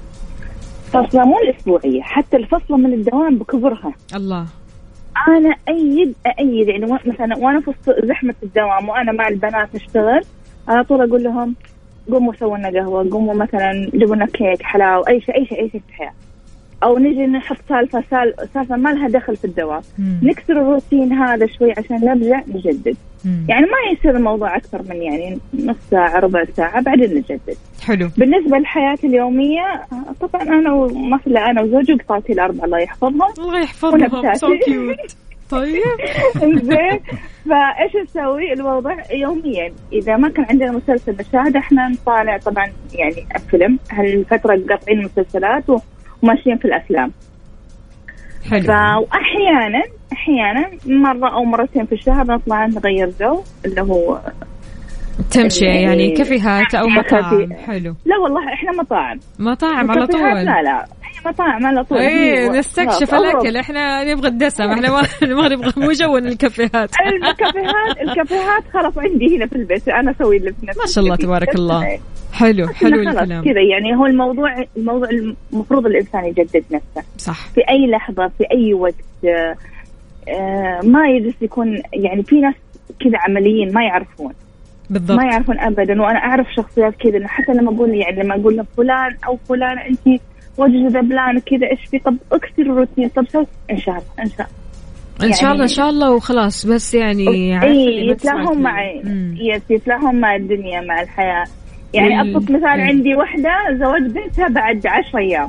فصلة مو الأسبوعية، حتى الفصلة من الدوام بكبرها. الله، أنا أيد يعني مثلا وأنا في زحمة الدوام وأنا مع البنات نشتغل، على طول أقول لهم قوموا سووا لنا قهوة، قوموا مثلا جيبوا لنا كيك حلاوة، أي شيء في الحياة، أو نجي نحط سالفة ما لها دخل في الدوام. نكسر الروتين هذا شوي عشان نرجع نجدد. يعني ما يصير الموضوع أكثر من يعني نص ساعة ربع ساعة بعدين نجدد. حلو. بالنسبة للحياة اليومية طبعا أنا وزوجي قطعتي الأربعة الله يحفظهم. الله يحفظهم، سو كيوت. طيب زين، فايش نسوي؟ الوضع يوميا اذا ما كان عندنا مسلسل نشاهد احنا نطالع طبعا يعني الفيلم، هالفتره قاطعين المسلسلات وماشيين في الافلام. حلو. احيانا مره او مرتين في الشهر نطلع نغير جو، اللي هو تمشي يعني كافيهات او مطاعم. حلو. لا والله احنا مطاعم على طول. لا مطاعم على طول. ايه نستكشف الاكل، احنا نبغى الدسم، احنا ما نبغى مو جون الكافيهات. الكافيهات خلاص عندي هنا في البيت، انا اسوي اللي في نفسي. ما شاء الله تبارك الله. حلو الكلام كذا. يعني هو الموضوع المفروض الانسان يجدد نفسه صح في اي لحظه في اي وقت. ما يجلس يكون يعني في ناس كذا عمليين ما يعرفون بالضبط، ما يعرفون ابدا. وانا اعرف شخصيات كذا، حتى لما اقول لفلان او فلان انت وجه ذبلان كذا ايش في، طب اكسر الروتين، طب سوي ان شاء الله إن شاء الله إن شاء الله وخلاص. بس يعني يتلاهم معي يتلاهم مع الدنيا مع الحياة. يعني أبسط مثال عندي واحدة زواج بنتها بعد 10 أيام.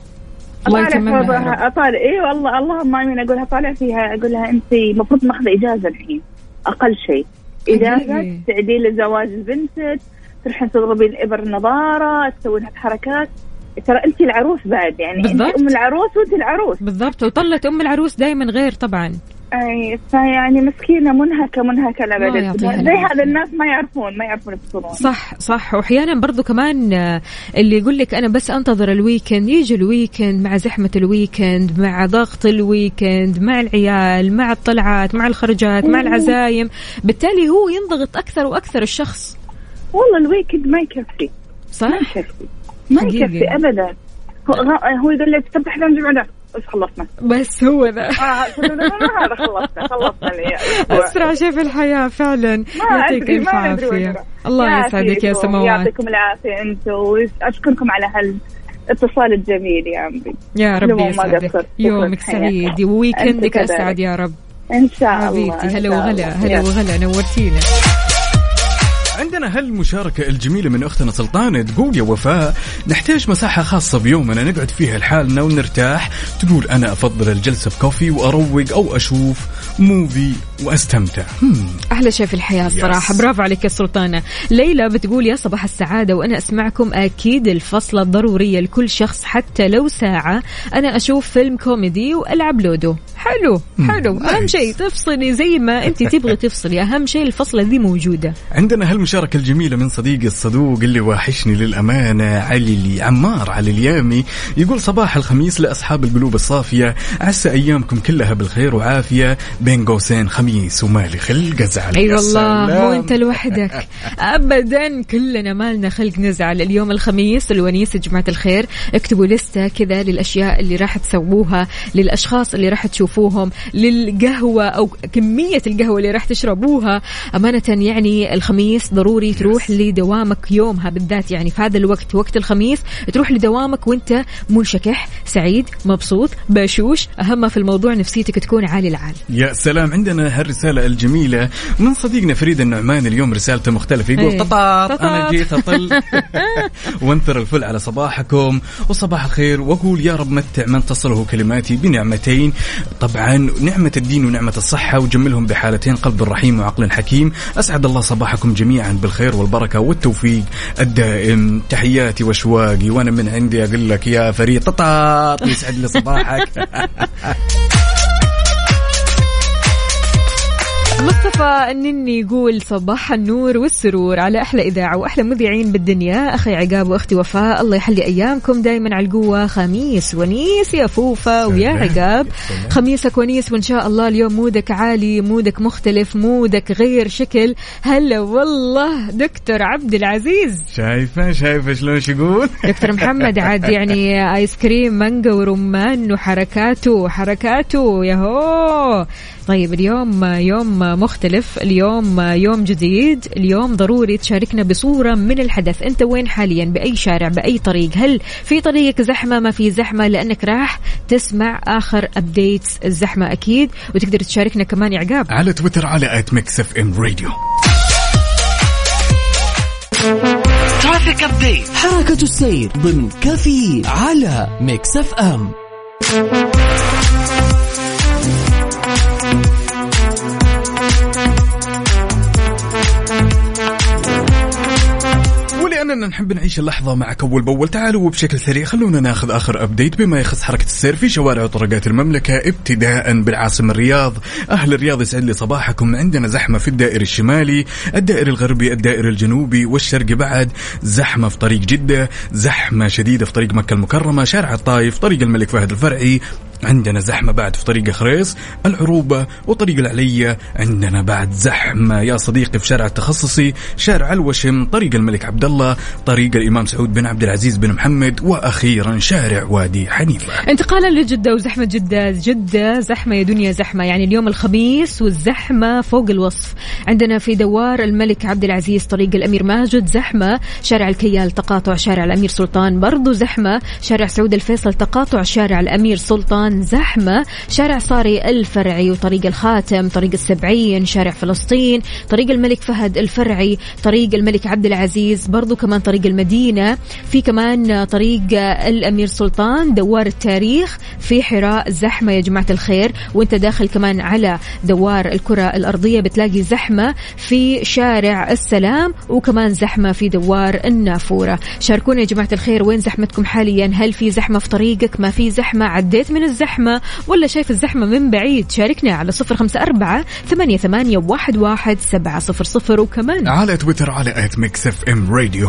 أطالع والله اللهم آمين. أقولها طالع فيها أقول لها أنت مفروض ماخذ إجازة الحين أقل شيء إجازة تعديل زواج بنتك تروحين تضربين الإبر النظارة تسوي لها حركات. ترى أنت العروس بعد يعني بالضبط. أنت أم العروس وأنت العروس بالضبط. وطلة أم العروس دايما غير طبعا. أي فيعني مسكينة منهكة لبعد. زي هذا الناس ما يعرفون يفصلون. صح. وأحيانا برضو كمان اللي يقول لك أنا بس أنتظر الويكند. يجي الويكند مع زحمة الويكند مع ضغط الويكند مع العيال مع الطلعات مع الخرجات مع العزايم. بالتالي هو ينضغط أكثر وأكثر الشخص. والله الويكند ما يكفي. صح ما يكفي أبدا. هو يقول لك طب احنا نجمع ده بس خلصنا. بس هو ذا هذا خلصنا أسرع شيء في الحياة فعلا. يعطيك الف عافية. الله يسعدك يا سماوات. يعطيكم العافية أنتوا وأشكركم على هالاتصال الجميل يا عمري. يا رب يسعدك يومك سعيد وويكندك أسعد يا رب إن شاء الله. حبيبتي هلا وغلا نورتينا. عندنا هالمشاركة الجميلة من أختنا سلطانة تقول يا وفاء نحتاج مساحة خاصة بيومنا نقعد فيها لحالنا ونرتاح. تقول أنا أفضل الجلسة في كوفي وأروق أو أشوف موفي وأستمتع. أحلى شيء في الحياة الصراحة. برافو عليك يا سلطانة. ليلى بتقول يا صباح السعادة وأنا أسمعكم. أكيد الفصلة ضرورية لكل شخص حتى لو ساعة. أنا أشوف فيلم كوميدي وألعب لودو. حلو أهم شيء تفصلي زي ما أنت تبغي تفصلي. أهم شيء الفصلة دي موجودة. عندنا هالمشاركة الجميلة من صديقي الصدوق اللي واحشني للأمانة عمار علي اليامي. يقول صباح الخميس لأصحاب القلوب الصافية عسى أيامكم كلها بالخير وعافية بين قوسين خميس ومالي خلق أزعل. أي والله مو أنت لوحدك أبدا كلنا مالنا خلق نزعل. اليوم الخميس الونيس يا جماعة الخير. اكتبوا لستة كذا للأشياء اللي راح تسووها للأشخاص اللي راح تشوفوهم للقهوة أو كمية القهوة اللي راح تشربوها. أمانة يعني الخميس ضروري تروح لدوامك يومها بالذات. يعني في هذا الوقت وقت الخميس تروح لدوامك وانت منشكح سعيد مبسوط بشوش. أهم في الموضوع نفسيتك تكون عالي العال. يا سلام. عندنا هالرسالة الجميلة من صديقنا فريد النعمان. اليوم رسالته مختلفة. يقول ططاط أنا جيت أطل وانثر الفل على صباحكم وصباح الخير وأقول يا رب متع من تصله كلماتي بنعمتين. طبعا نعمة الدين ونعمة الصحة وجملهم بحالتين قلب رحيم وعقل حكيم. أسعد الله صباحكم جميعا بالخير والبركة والتوفيق الدائم. تحياتي وشواقي وأنا من عندي أقول لك يا فريد ططاط يسعد لي صباحك. مصطفى النني يقول صباح النور والسرور على أحلى إذاعة وأحلى مذيعين بالدنيا. أخي عقاب وأختي وفاء الله يحلي أيامكم دايما على القوة. خميس ونيس يا فوفا ويا عقاب. خميسك ونيس وإن شاء الله اليوم مودك عالي مودك مختلف مودك غير شكل. هلا والله دكتور عبد العزيز. شايفة شلون يقول دكتور محمد عاد يعني آيس كريم مانجا ورمان وحركاته ياهو. طيب اليوم يوم مختلف. اليوم يوم جديد. اليوم ضروري تشاركنا بصورة من الحدث. أنت وين حاليا بأي شارع بأي طريق. هل في طريقك زحمة ما في زحمة لأنك راح تسمع آخر أبديتس الزحمة أكيد. وتقدر تشاركنا كمان يا عقاب على تويتر على @mixfmradio. ترافيك أبديت حركة السير ضمن كافيين على ميكس اف ام. ولأننا نحب نعيش اللحظة معك أول بأول تعالوا وبشكل سريع خلونا ناخذ آخر أبديت بما يخص حركة السير في شوارع وطرقات المملكة ابتداء بالعاصمة الرياض. أهل الرياض يسعد لي صباحكم. عندنا زحمة في الدائري الشمالي الدائري الغربي الدائري الجنوبي والشرقي. بعد زحمة في طريق جدة زحمة شديدة في طريق مكة المكرمة شارع الطايف طريق الملك فهد الفرعي. عندنا زحمة بعد في طريق خريص العروبة وطريق العلية. عندنا بعد زحمة يا صديقي في شارع التخصصي شارع الوشم طريق الملك عبد الله طريق الإمام سعود بن عبد العزيز بن محمد. وأخيرا شارع وادي حنيفة. انتقالا لجدة وزحمة جدة زحمة يا دنيا زحمة. يعني اليوم الخميس والزحمة فوق الوصف. عندنا في دوار الملك عبد العزيز طريق الأمير ماجد زحمة. شارع الكيال تقاطع شارع الأمير سلطان برضو زحمة. شارع سعود الفيصل تقاطع شارع الأمير سلطان طبعا زحمة. شارع صاري الفرعي وطريق الخاتم، طريق السبعين، شارع فلسطين، طريق الملك فهد الفرعي، طريق الملك عبد العزيز، برضو كمان طريق المدينة، في كمان طريق الأمير سلطان، دوار التاريخ، في حراء زحمة يا جماعة الخير. وانت داخل كمان على دوار الكرة الأرضية بتلاقي زحمة في شارع السلام، وكمان زحمة في دوار النافورة. شاركونا يا جماعة الخير وين زحمتكم حاليا؟ هل في زحمة في طريقك؟ ما في زحمة؟ عديت من الزحمة ولا شايف الزحمة من بعيد؟ شاركنا على 0548811700 وكمان على تويتر على @mixfmradio.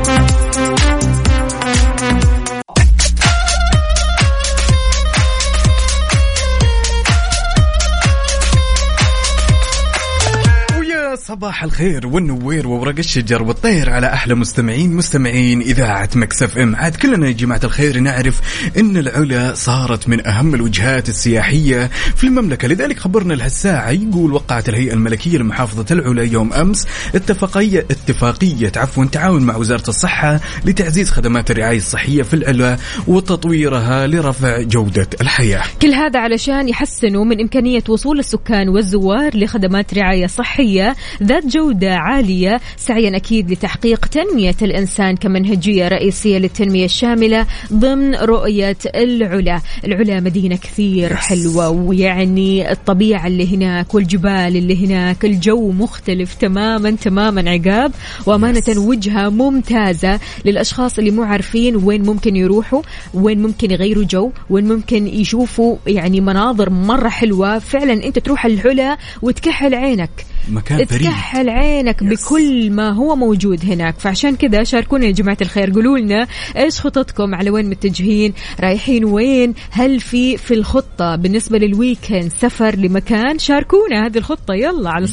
صباح الخير والنوير وورق الشجر والطير على أحلى مستمعين إذاعة ميكس اف ام. عاد كلنا يا جماعة الخير نعرف إن العلا صارت من أهم الوجهات السياحية في المملكة، لذلك خبرنا لهالساعة يقول وقعت الهيئة الملكية لمحافظة العلا يوم أمس اتفاقية تعاون مع وزارة الصحة لتعزيز خدمات الرعاية الصحية في العلا وتطويرها لرفع جودة الحياة. كل هذا علشان يحسنوا من إمكانية وصول السكان والزوار لخدمات رعاية صحية ذات جودة عالية، سعيا أكيد لتحقيق تنمية الإنسان كمنهجية رئيسية للتنمية الشاملة ضمن رؤية العلا. العلا مدينة كثير حلوة، ويعني الطبيعة اللي هناك والجبال اللي هناك، الجو مختلف تماما عقاب، وأمانة وجهة ممتازة للأشخاص اللي مو عارفين وين ممكن يروحوا، وين ممكن يغيروا جو، وين ممكن يشوفوا يعني مناظر مرة حلوة. فعلا أنت تروح العلا وتكحل عينك، تكحل عينك بكل ما هو موجود هناك. فعشان كذا شاركونا يا جماعة الخير، قولوا لنا إيش خططكم، على وين متجهين، رايحين وين، هل في الخطة بالنسبة للويكند سفر لمكان؟ شاركونا هذه الخطة يلا على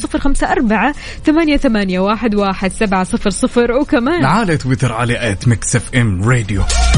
0548811700 وكمان على تويتر على @mixfmradio.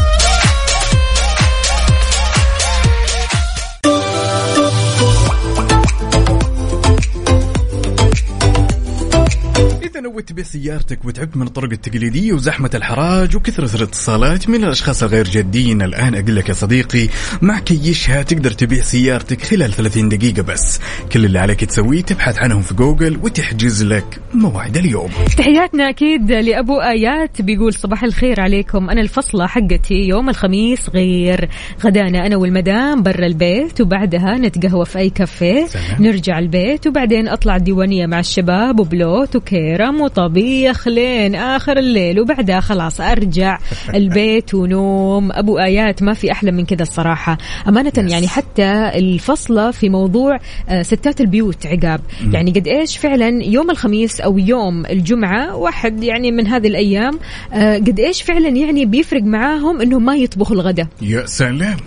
لو تبيع سيارتك وتعبت من الطرق التقليدية وزحمة الحراج وكثرة الاتصالات من الأشخاص الغير جادين، الآن أقول لك يا صديقي مع كيشها تقدر تبيع سيارتك خلال 30 دقيقة بس. كل اللي عليك تسويه تبحث عنهم في جوجل وتحجز لك موعد اليوم. تحياتنا أكيد لأبو آيات، بيقول صباح الخير عليكم، أنا الفصلة حقتي يوم الخميس غير غدانا أنا والمدام برا البيت، وبعدها نتقهوى في أي كافيه، نرجع البيت، وبعدين أطلع الديوانية مع الشباب وبلوت وكيرم وطبيخ لين آخر الليل، وبعدها خلاص أرجع البيت ونوم. أبو آيات ما في أحلى من كذا الصراحة أمانة. يعني حتى الفصلة في موضوع ستات البيوت عقاب، يعني قد إيش فعلا يوم الخميس أو يوم الجمعة واحد يعني من هذه الأيام قد إيش فعلا يعني بيفرق معاهم إنه ما يطبخوا الغداء. يا سلام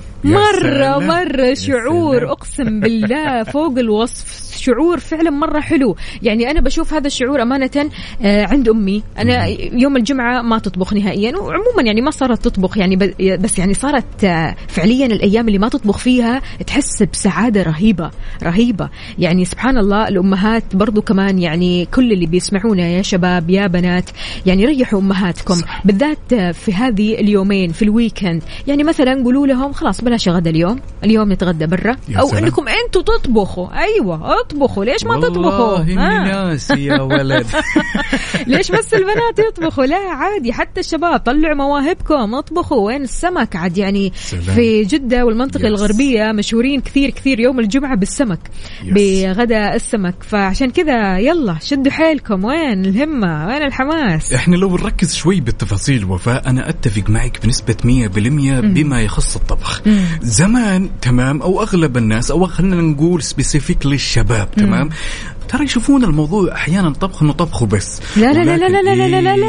مرة شعور أقسم بالله فوق الوصف، شعور فعلا مرة حلو. يعني أنا بشوف هذا الشعور أمانة عند أمي. أنا يوم الجمعة ما تطبخ نهائيا، وعموما يعني ما صارت تطبخ يعني، بس يعني صارت فعليا الأيام اللي ما تطبخ فيها تحس بسعادة رهيبة. يعني سبحان الله الأمهات برضو كمان، يعني كل اللي بيسمعونا يا شباب يا بنات يعني ريحوا أمهاتكم بالذات في هذه اليومين في الويكند. يعني مثلا قولوا لهم خلاص بلاش غدا اليوم نتغدى برا، أو أنكم أنتوا تطبخوا. أيوة اطبخوا، ليش ما تطبخوا؟ والله يا ولد ليش بس البنات يطبخوا؟ لا عادي، حتى الشباب طلعوا مواهبكم، اطبخوا. وين السمك عاد؟ يعني في جدة والمنطقة الغربية مشهورين كثير يوم الجمعة بالسمك، بغدا السمك. فعشان كذا يلا شدوا حيلكم، وين الهمة، وين الحماس؟ احنا لو نركز شوي بالتفاصيل وفاء، أنا أتفق معك بنسبة 100% بما يخص الطبخ. زمان تمام، أو أغلب الناس، أو خلينا نقول سبيسيفيك للشباب تمام، ترى يشوفون الموضوع أحيانا طبخ إنه طبخه بس. لا لا لا لا لا لا لا لا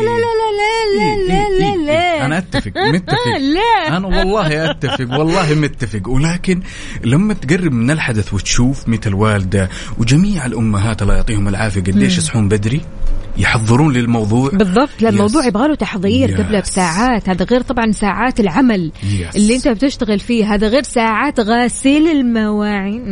لا لا، أنا أتفق أنا والله أتفق والله متفق. ولكن لما تقرب من الحدث وتشوف مثل والدة وجميع الأمهات الله يعطيهم العافية قديش يصحون بدري يحضرون للموضوع بالضبط. الموضوع يبغاله تحضير قبل بساعات، هذا غير طبعا ساعات العمل اللي انت بتشتغل فيه، هذا غير ساعات غسيل المواعين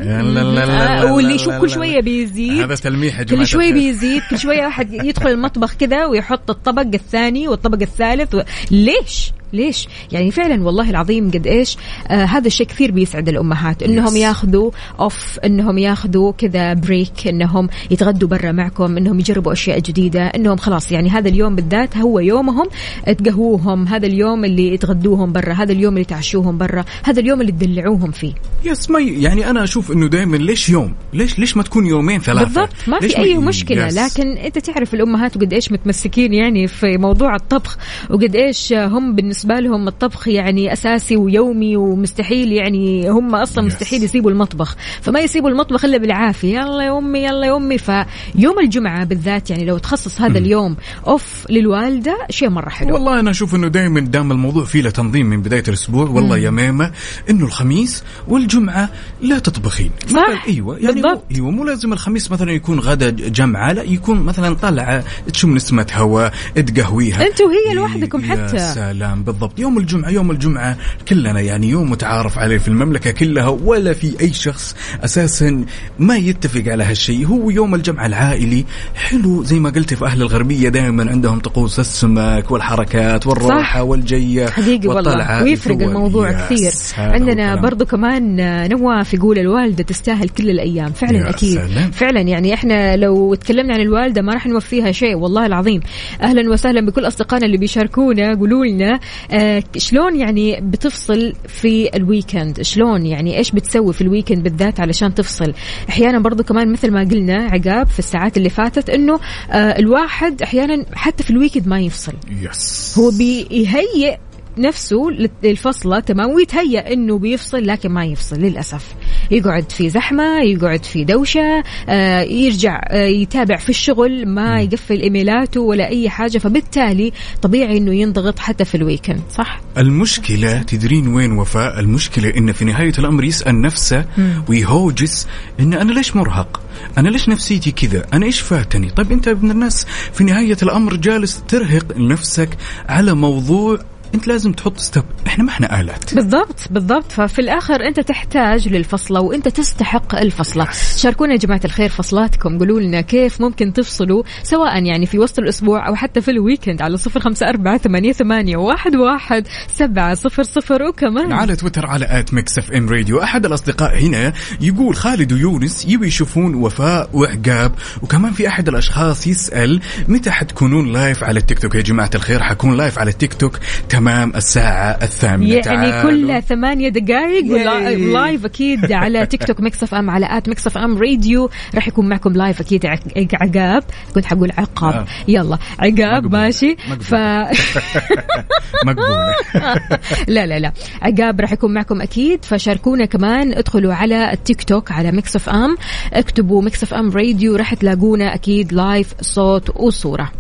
واللي شو كل شويه بيزيد، هذا تلميح كل شويه بيزيد، كل شويه واحد يدخل المطبخ كذا ويحط الطبق الثاني والطبق الثالث ليش ليش يعني فعلا والله العظيم قد إيش هذا الشيء كثير بيسعد الأمهات إنهم ياخذوا أوف، إنهم ياخذوا كذا بريك، إنهم يتغدوا برا معكم، إنهم يجربوا أشياء جديدة، إنهم خلاص يعني هذا اليوم بالذات هو يومهم تقهوهم، هذا اليوم اللي تغدوهم برا، هذا اليوم اللي تعشوهم برا، هذا اليوم اللي تدلعوهم فيه. يعني أنا أشوف إنه دائما ليش يوم، ليش ما تكون يومين ثلاثة بالضبط، ما في أي مشكلة. لكن أنت تعرف الأمهات وقد إيش متمسكين يعني في موضوع الطبخ، وقد إيش هم بالنسبة لهم الطبخ يعني أساسي ويومي ومستحيل، يعني هم أصلا مستحيل يسيبوا المطبخ، فما يسيبوا المطبخ إلا بالعافية، يلا يا أمي يلا يا أمي. فيوم الجمعة بالذات يعني لو تخصص هذا اليوم أوف للوالدة شيء مرة حلو. والله أنا أشوف إنه دائما دام الموضوع فيه له تنظيم من بداية الأسبوع. والله يا ماما إنه الخميس والجمعة لا تطبخين. صح. أيوة يعني مو لازم الخميس مثلا يكون غدا جمعة، لا يكون مثلا طلعة تشم نسمة هواء تقهويها أنتوا هي لوحدكم حتى. يا سلام بالضبط. يوم الجمعة كلنا يعني يوم متعارف عليه في المملكة كلها، ولا في أي شخص أساسا ما يتفق على هالشيء. هو يوم الجمعة العائلي حلو زي ما قلت. في أهل الغربية دائما عندهم طقوس السمك والحركات والروحة والجية حقيقي والله، ويفرق الموضوع كثير. عندنا برضو كمان نواف يقول الوالدة تستاهل كل الأيام. فعلا أكيد سلام. فعلا يعني إحنا لو تكلمنا عن الوالدة ما راح نوفيها شيء والله العظيم. أهلا وسهلا بكل أصدقائنا اللي بيشاركونا، قولوا لنا شلون يعني بتفصل في الويكند، شلون يعني إيش بتسوي في الويكند بالذات علشان تفصل. أحيانا برضو كمان مثل ما قلنا عقاب في الساعات اللي فاتت إنه الواحد أحيانا حتى في الويكند ما يفصل. هو بيهيئ نفسه للفصلة تمام ويتهيأ إنه بيفصل لكن ما يفصل للأسف. يقعد في زحمة، يقعد في دوشة، يرجع يتابع في الشغل، ما يقفل إيميلاته ولا أي حاجة، فبالتالي طبيعي إنه ينضغط حتى في الويكند. صح. المشكلة تدرين وين وفاء؟ المشكلة إن في نهاية الأمر يسأل نفسه ويهوجس إن أنا ليش مرهق، أنا ليش نفسيتي كذا، أنا إيش فاتني. طيب أنت ابن الناس في نهاية الأمر جالس ترهق نفسك على موضوع انت لازم تحط ستوب. احنا ما احنا آلات. بالضبط. ففي الاخر انت تحتاج للفصلة وانت تستحق الفصلة. شاركونا يا جماعة الخير فصلاتكم، قولوا لنا كيف ممكن تفصلوا سواء يعني في وسط الاسبوع او حتى في الويكند على 0548811700 وكمان على تويتر على @mixfmradio. احد الاصدقاء هنا يقول خالد ويونس يبي يشوفون وفاء وعقاب، وكمان في احد الاشخاص يسأل متى حتكونون لايف على التيك توك. يا جماعة الخير حكون لايف على التيك توك تمام الساعة 8 يعني كل 8 دقائق لايف أكيد على تيك توك ميكس اف ام على @ميكس اف ام راديو. راح يكون معكم لايف أكيد عقاب، كنت حقول عقاب يلا عقاب ماشي مقبولة. لا عقاب راح يكون معكم أكيد. فشاركونا كمان، ادخلوا على التيك توك على ميكس اف ام، اكتبوا ميكس اف ام راديو، راح تلاقونا أكيد لايف صوت وصورة.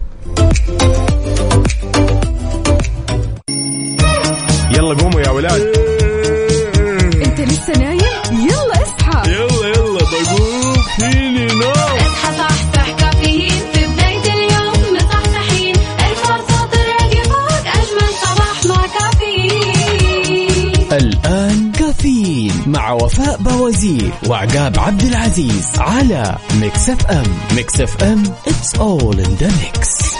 يلا قوموا يا ولاد. انت لسه نايم؟ يلا اصحى. يلا بقوم فيني نوم. اصحى صحصح كافيين في بداية اليوم مصحصحين. الفرصة الراديو فوق أجمل صباح مع كافيين. الآن كافيين مع وفاء بوازير وعقاب عبد العزيز على ميكس اف ام. ميكس اف ام it's all in the mix.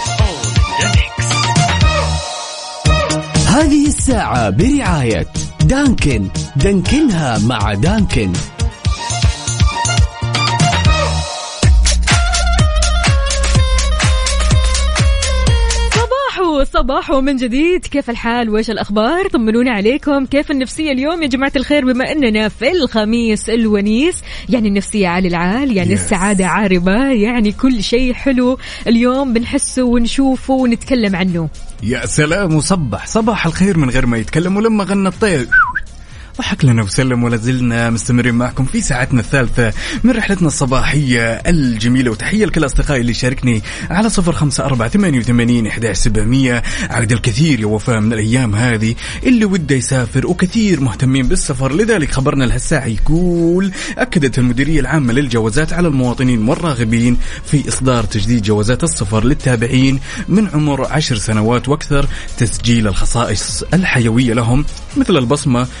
هذه الساعة برعاية دانكن، دانكنها مع دانكن. صباح من جديد، كيف الحال وإيش الأخبار؟ طمنونا عليكم، كيف النفسية اليوم يا جماعة الخير؟ بما أننا في الخميس الونيس، يعني النفسية عالي العال، يعني السعادة عاربة، يعني كل شيء حلو اليوم بنحسه ونشوفه ونتكلم عنه. يا سلام، وصبح صباح الخير من غير ما يتكلم، ولما غنى الطير ضحك لنا وسلم. ولا زلنا مستمرين معكم في ساعتنا الثالثة من رحلتنا الصباحية الجميلة. وتحية لكل أصدقائي اللي شاركني على 0548811700. عقد الكثير يا وفاء من الأيام هذه اللي وده يسافر، وكثير مهتمين بالسفر. لذلك خبرنا لهالساعة يقول أكدت المديرية العامة للجوازات على المواطنين والراغبين في إصدار تجديد جوازات السفر للتابعين من عمر 10 سنوات وأكثر تسجيل الخصائص الحيوية لهم مثل البصمة والصورة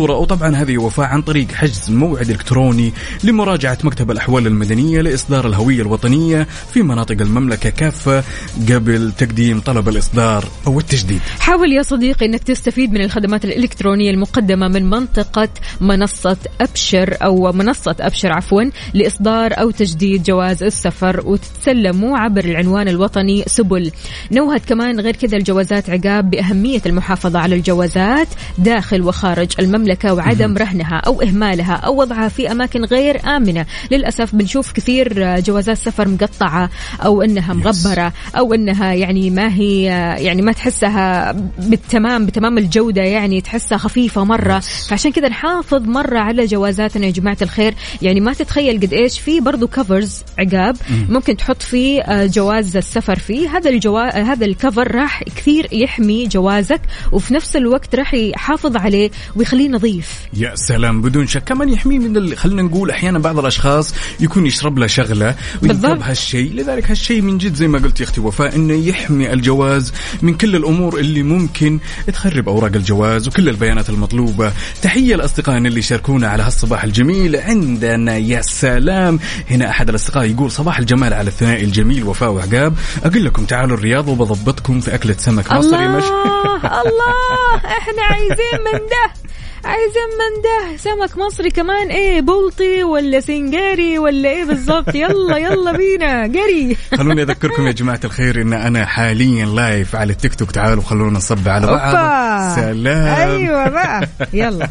الصورة. وطبعا هذه وفاة عن طريق حجز موعد إلكتروني لمراجعة مكتب الأحوال المدنية لإصدار الهوية الوطنية في مناطق المملكة كافة قبل تقديم طلب الإصدار أو التجديد. حاول يا صديقي أنك تستفيد من الخدمات الإلكترونية المقدمة من منطقة منصة أبشر لإصدار أو تجديد جواز السفر وتتسلموا عبر العنوان الوطني سبل. نوهت كمان غير كذا الجوازات عقاب بأهمية المحافظة على الجوازات داخل وخارج المملكة وعدم رهنها أو إهمالها أو وضعها في أماكن غير آمنة. للأسف بنشوف كثير جوازات سفر مقطعة أو إنها مغبرة أو إنها يعني ما هي يعني ما تحسها بتمام الجودة، يعني تحسها خفيفة مرة. فعشان كذا نحافظ مرة على جوازاتنا يا جماعة الخير. يعني ما تتخيل قد إيش في برضو كفرز عقاب ممكن تحط فيه جواز السفر فيه. هذا الكفر راح كثير يحمي جوازك وفي نفس الوقت راح يحافظ عليه ويخليه نظيف. يا سلام، بدون شك كمان يحميه من خلينا نقول أحيانا بعض الأشخاص يكون يشرب له شغلة وينكب هالشيء. لذلك هالشيء من جد زي ما قلت يا أختي وفاء إنه يحمي الجواز من كل الأمور اللي ممكن تخرب أوراق الجواز وكل البيانات المطلوبة. تحية لأصدقائنا اللي شاركونا على هالصباح الجميل. عندنا يا سلام هنا أحد الأصدقاء يقول صباح الجمال على الثنائي الجميل وفاء وعقاب. أقول لكم تعالوا الرياض وبضبطكم في أكلة سمك مصري. الله احنا عايزين من ده سمك مصري كمان. ايه بلطي ولا سنجاري ولا ايه بالضبط؟ يلا بينا قري. خلوني اذكركم يا جماعة الخير ان انا حاليا لايف على التيك توك. تعالوا خلونا نصب على بعض. سلام. ايوه بقى يلا.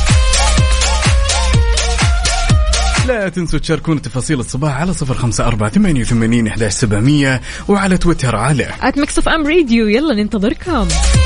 لا تنسوا تشاركون تفاصيل الصباح على 0548811700 وعلى تويتر على @mixofamradio. يلا ننتظركم.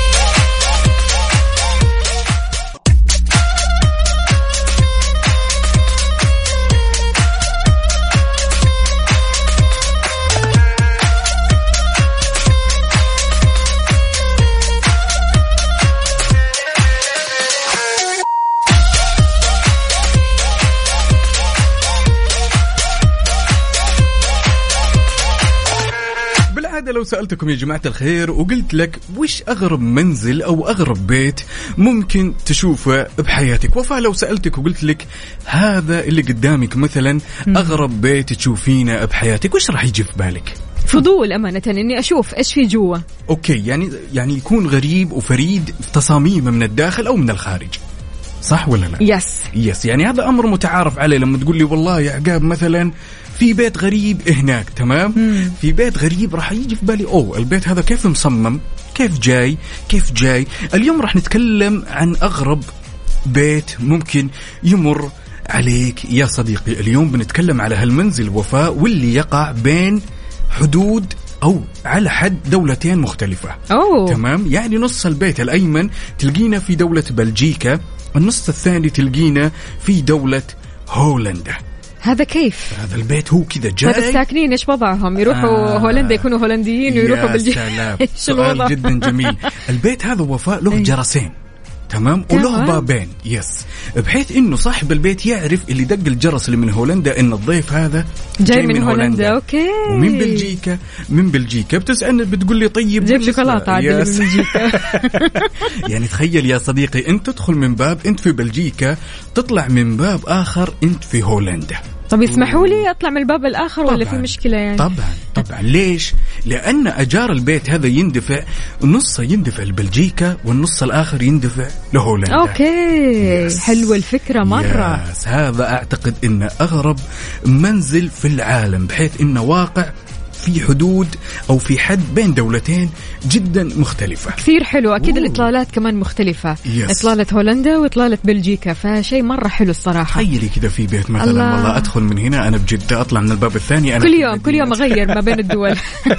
لو سألتكم يا جماعة الخير وقلت لك وش أغرب منزل أو أغرب بيت ممكن تشوفه بحياتك؟ وفاء لو سألتك وقلت لك هذا اللي قدامك مثلا أغرب بيت تشوفينه بحياتك، وش راح يجي في بالك؟ فضول أمانة إني أشوف إيش في جوا. أوكي، يعني يكون غريب وفريد في تصاميمه من الداخل أو من الخارج، صح ولا لا؟ يس يعني هذا أمر متعارف عليه. لما تقول لي والله يا عقاب مثلا في بيت غريب هناك، تمام؟ في بيت غريب راح يجي في بالي البيت هذا كيف مصمم، كيف جاي. اليوم راح نتكلم عن أغرب بيت ممكن يمر عليك يا صديقي. اليوم بنتكلم على هالمنزل وفاء واللي يقع بين حدود أو على حد دولتين مختلفة. تمام؟ يعني نص البيت الأيمن تلقينا في دولة بلجيكا، النص الثاني تلقينا في دولة هولندا. هذا كيف؟ هذا البيت هو كذا جاي. هذا الساكنين إيش وضعهم؟ يروحوا هولندا يكونوا هولنديين ويروحوا بلجيكا. سؤال جدا جميل. البيت هذا وفاء له جرسين، تمام؟ وله بابين، بحيث انه صاحب البيت يعرف اللي دق الجرس اللي من هولندا ان الضيف هذا جاي من هولندا. اوكي. ومن بلجيكا بتسألني بتقول لي طيب جيب شوكولاته عاد من بلجيكا. يعني تخيل يا صديقي انت تدخل من باب انت في بلجيكا، تطلع من باب اخر انت في هولندا. طب يسمحوا لي أطلع من الباب الآخر ولا في مشكلة يعني؟ طبعا ليش؟ لأن أجار البيت هذا يندفع، نص يندفع لبلجيكا والنص الآخر يندفع لهولندا. أوكي. حلوة الفكرة مرة. هذا أعتقد إنه أغرب منزل في العالم، بحيث إنه واقع في حدود أو في حد بين دولتين جدا مختلفة. كثير حلو. أكيد الإطلالات كمان مختلفة. إطلالة هولندا وإطلالة بلجيكا، فشيء مرة حلو الصراحة. تخيلي كذا في بيت مثلا والله أدخل من هنا أنا بجدة، أطلع من الباب الثاني أنا كل يوم أغير ما بين الدول.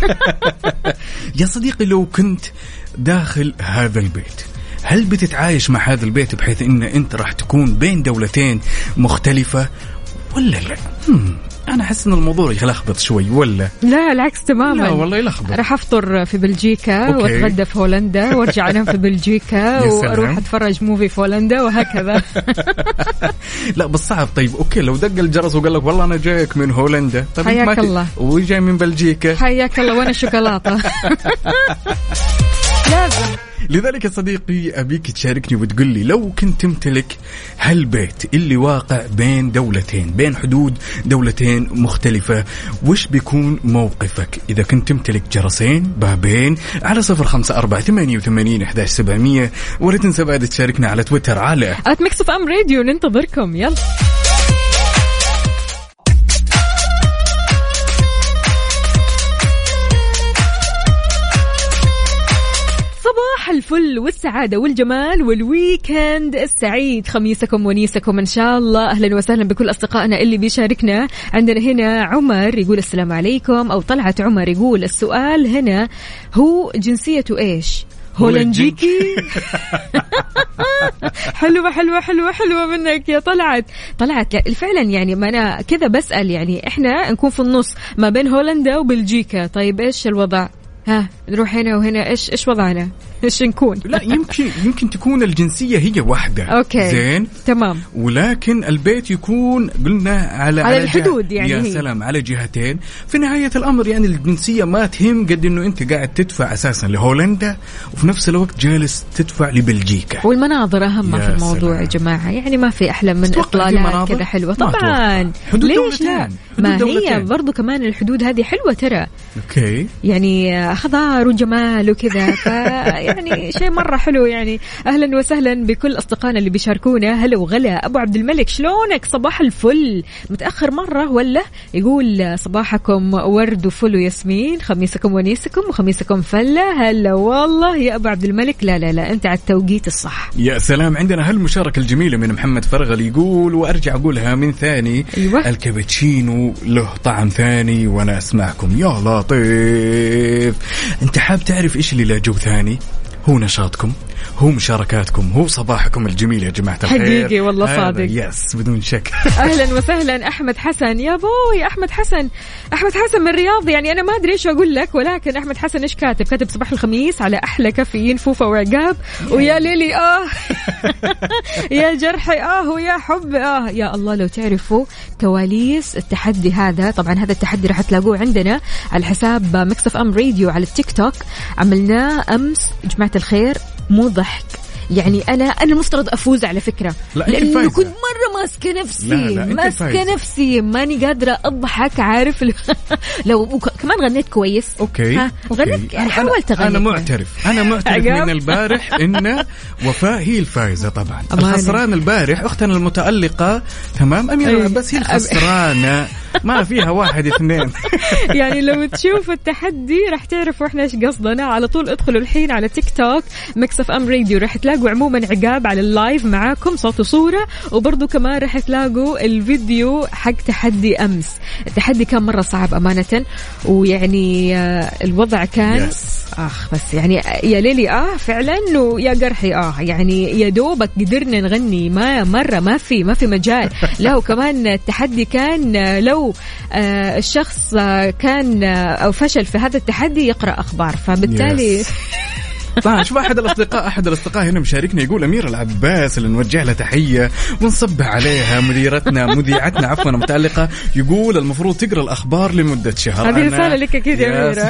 يا صديقي لو كنت داخل هذا البيت، هل بتتعايش مع هذا البيت بحيث إن أنت راح تكون بين دولتين مختلفة ولا لا؟ أنا أحس إن الموضوع يلخبط شوي ولا؟ لا العكس تماما. لا والله يلخبط. راح أفطر في بلجيكا وأتغدى في هولندا وأرجع أنام في بلجيكا وأروح أتفرج موفي في هولندا وهكذا. لا بس صعب. طيب أوكي لو دق الجرس وقال لك والله أنا جايك من هولندا، طيب حياك الله. وجاي من بلجيكا، حياك الله. وأنا الشوكولاتة. لذلك يا صديقي أبيك تشاركني وتقول لي لو كنت تمتلك هالبيت اللي واقع بين دولتين، بين حدود دولتين مختلفة، وش بيكون موقفك؟ إذا كنت تمتلك جرسين، بابين، على 0548811700. ولا تنسى بعد تشاركنا على تويتر على @mixfmradio. ننتظركم. يلا صباح الفل والسعادة والجمال والويكند السعيد، خميسكم ونيسكم إن شاء الله. أهلا وسهلا بكل أصدقائنا اللي بيشاركنا. عندنا هنا عمر يقول السلام عليكم، أو طلعت عمر يقول السؤال هنا هو جنسيته إيش؟ هولنديكي. حلوة حلوة حلوة حلوة منك يا طلعت. فعلا يعني ما أنا كذا بسأل، يعني إحنا نكون في النص ما بين هولندا وبلجيكا. طيب إيش الوضع؟ ها نروح هنا وهنا، إيش وضعنا؟ إيش نكون؟ لا يمكن تكون الجنسية هي واحدة. أوكي. زين. تمام. ولكن البيت يكون قلنا على الحدود يعني. يا سلام، على جهتين. في نهاية الأمر يعني الجنسية ما تهم قد إنه أنت قاعد تدفع أساسا لهولندا وفي نفس الوقت جالس تدفع لبلجيكا. والمناظر أهم في الموضوع يا جماعة، يعني ما في أحلى من إطلالات كذا حلوة. طبعا ليش لا؟ ما هي برضو كمان الحدود هذه حلوة ترى. أوكي. يعني خضار وجمال وكذا، يعني شيء مرة حلو يعني. أهلا وسهلا بكل أصدقائنا اللي بيشاركونا. هلا وغلا. أبو عبد الملك شلونك؟ صباح الفل. متأخر مرة ولا؟ يقول صباحكم ورد وفل وياسمين، خميسكم ونيسكم وخميسكم فلة. هلا والله يا أبو عبد الملك. لا أنت على التوقيت الصح. يا سلام. عندنا هالمشاركة الجميلة من محمد فرغل يقول، وأرجع أقولها من ثاني، أيوة. الكابتشينو له طعم ثاني وأنا أسمعكم. يا لطيف. أنت حاب تعرف إيش اللي له جو ثاني؟ هو نشاطكم، هو مشاركاتكم، هو صباحكم الجميل يا جماعة الخير. حقيقي والله صادق. يس بدون شك. أهلا وسهلا أحمد حسن. يا بوي أحمد حسن من الرياض. يعني أنا ما أدري إيش أقول لك، ولكن أحمد حسن إيش كاتب صباح الخميس على أحلى كافيين، فوفا وعقاب ويا ليلي يا جرحي ويا حب يا الله. لو تعرفوا كواليس التحدي هذا، طبعا هذا التحدي راح تلاقوه عندنا على الحساب ميكس اف ام راديو على التيك توك. عملناه أمس جماعة الخير، مو ضحك يعني. أنا المفترض أفوز على فكرة، لأنه كنت مرة ماسكة نفسي ماني قادرة أضحك. عارف لو كمان غنيت كويس. أوكي. غنيت، حاولت أغني. أنا معترف من البارح إن وفاء هي الفائزة. طبعا الخسران البارح أختنا المتألقة تمام أميرة، بس هي الخسرانة، ما فيها 1 2. يعني لو تشوف التحدي راح تعرفوا إحنا إيش قصدنا. على طول ادخلوا الحين على تيك توك ميكس اف ام راديو، راح تلاقوا عموما عقاب على اللايف معاكم صوت وصورة، وبرضو كمان راح تلاقوا الفيديو حق تحدي أمس. التحدي كان مرة صعب أمانة، ويعني الوضع كان بس يعني يا ليلي فعلا، ويا قرحي يعني يا دوبك قدرنا نغني، ما في مجال له. كمان التحدي كان لو الشخص كان أو فشل في هذا التحدي يقرأ أخبار، فبالتالي طبعا شوف أحد الأصدقاء هنا مشاركنا يقول أميرة العباس اللي نوجه لها تحية ونصبح عليها، مذيعتنا عفوا متألقة، يقول المفروض تقرأ الأخبار لمدة شهر. هذه رسالة لك أكيد يا أميرة.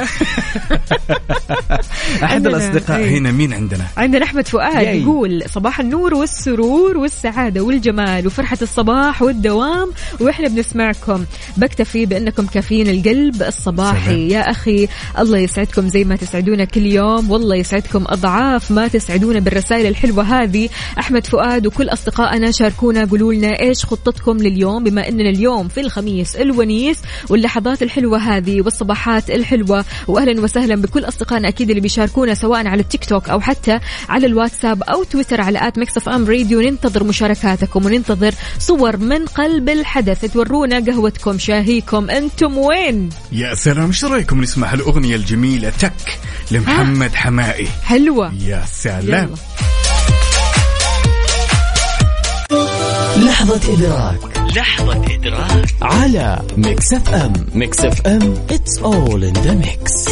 أحد الأصدقاء هنا مين عندنا أحمد فؤاد يقول صباح النور والسرور والسعادة والجمال وفرحة الصباح والدوام، وإحنا بنسمعكم. بكتفي بأنكم كافيين القلب الصباحي. يا أخي الله يسعدكم زي ما تسعدونا كل يوم، والله يسعدكم أضعاف ما تسعدونا بالرسائل الحلوة هذه. أحمد فؤاد وكل أصدقائنا شاركونا، قولوا لنا إيش خطتكم لليوم، بما أننا اليوم في الخميس الونيس واللحظات الحلوة هذه والصباحات الحلوة. وأهلا وسهلا بكل أصدقائنا أكيد اللي بيشاركونا سواء على التيك توك أو حتى على الواتساب أو تويتر على @mixfmradio. ننتظر مشاركاتكم وننتظر صور من قلب الحدث، تورونا قهوتكم شاهيكم، أنتم وين؟ يا سلام، ايش رايكم نسمع الأغنية الجميلة تك لمحمد حمائي؟ حلوة يا سلام. لحظة إدراك على ميكس اف ام. ميكس اف ام it's all in the mix.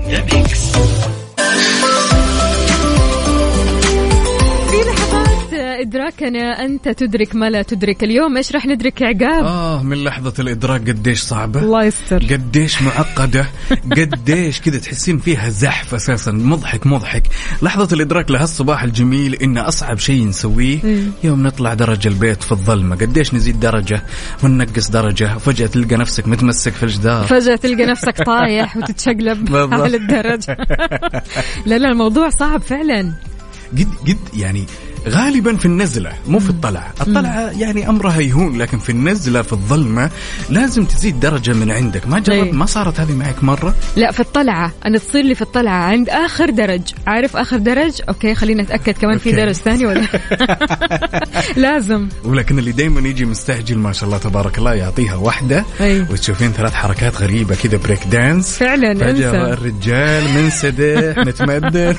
في لحظات إدراكنا أنت تدرك ما لا تدرك. اليوم إيش راح ندرك يا عقاب؟ من لحظة الإدراك قديش صعبة، الله يستر، قديش معقدة، قديش كده تحسين فيها زحف أساسا. مضحك لحظة الإدراك لهالصباح الجميل إن أصعب شيء نسويه يوم نطلع درجة البيت في الظلمة. قديش نزيد درجة وننقص درجة وفجأة تلقى نفسك متمسك في الجدار، فجأة تلقى نفسك طايح وتتشقلب على الدرجة. لا الموضوع صعب فعلا جد يعني. غالبا في النزلة مو في الطلعة. الطلعة يعني أمرها يهون، لكن في النزلة في الظلمة لازم تزيد درجة من عندك. ما جربت؟ ما صارت هذه معك مرة؟ لا في الطلعة أنا تصير لي في الطلعة عند آخر درج. عارف آخر درج؟ أوكي خلينا نتأكد كمان في درج ثاني ولا لازم. ولكن اللي دايما يجي مستعجل ما شاء الله تبارك الله يعطيها واحدة وتشوفين 3 حركات غريبة كذا بريك دانس فعلا. فجأة الرجال منسدح متمدد.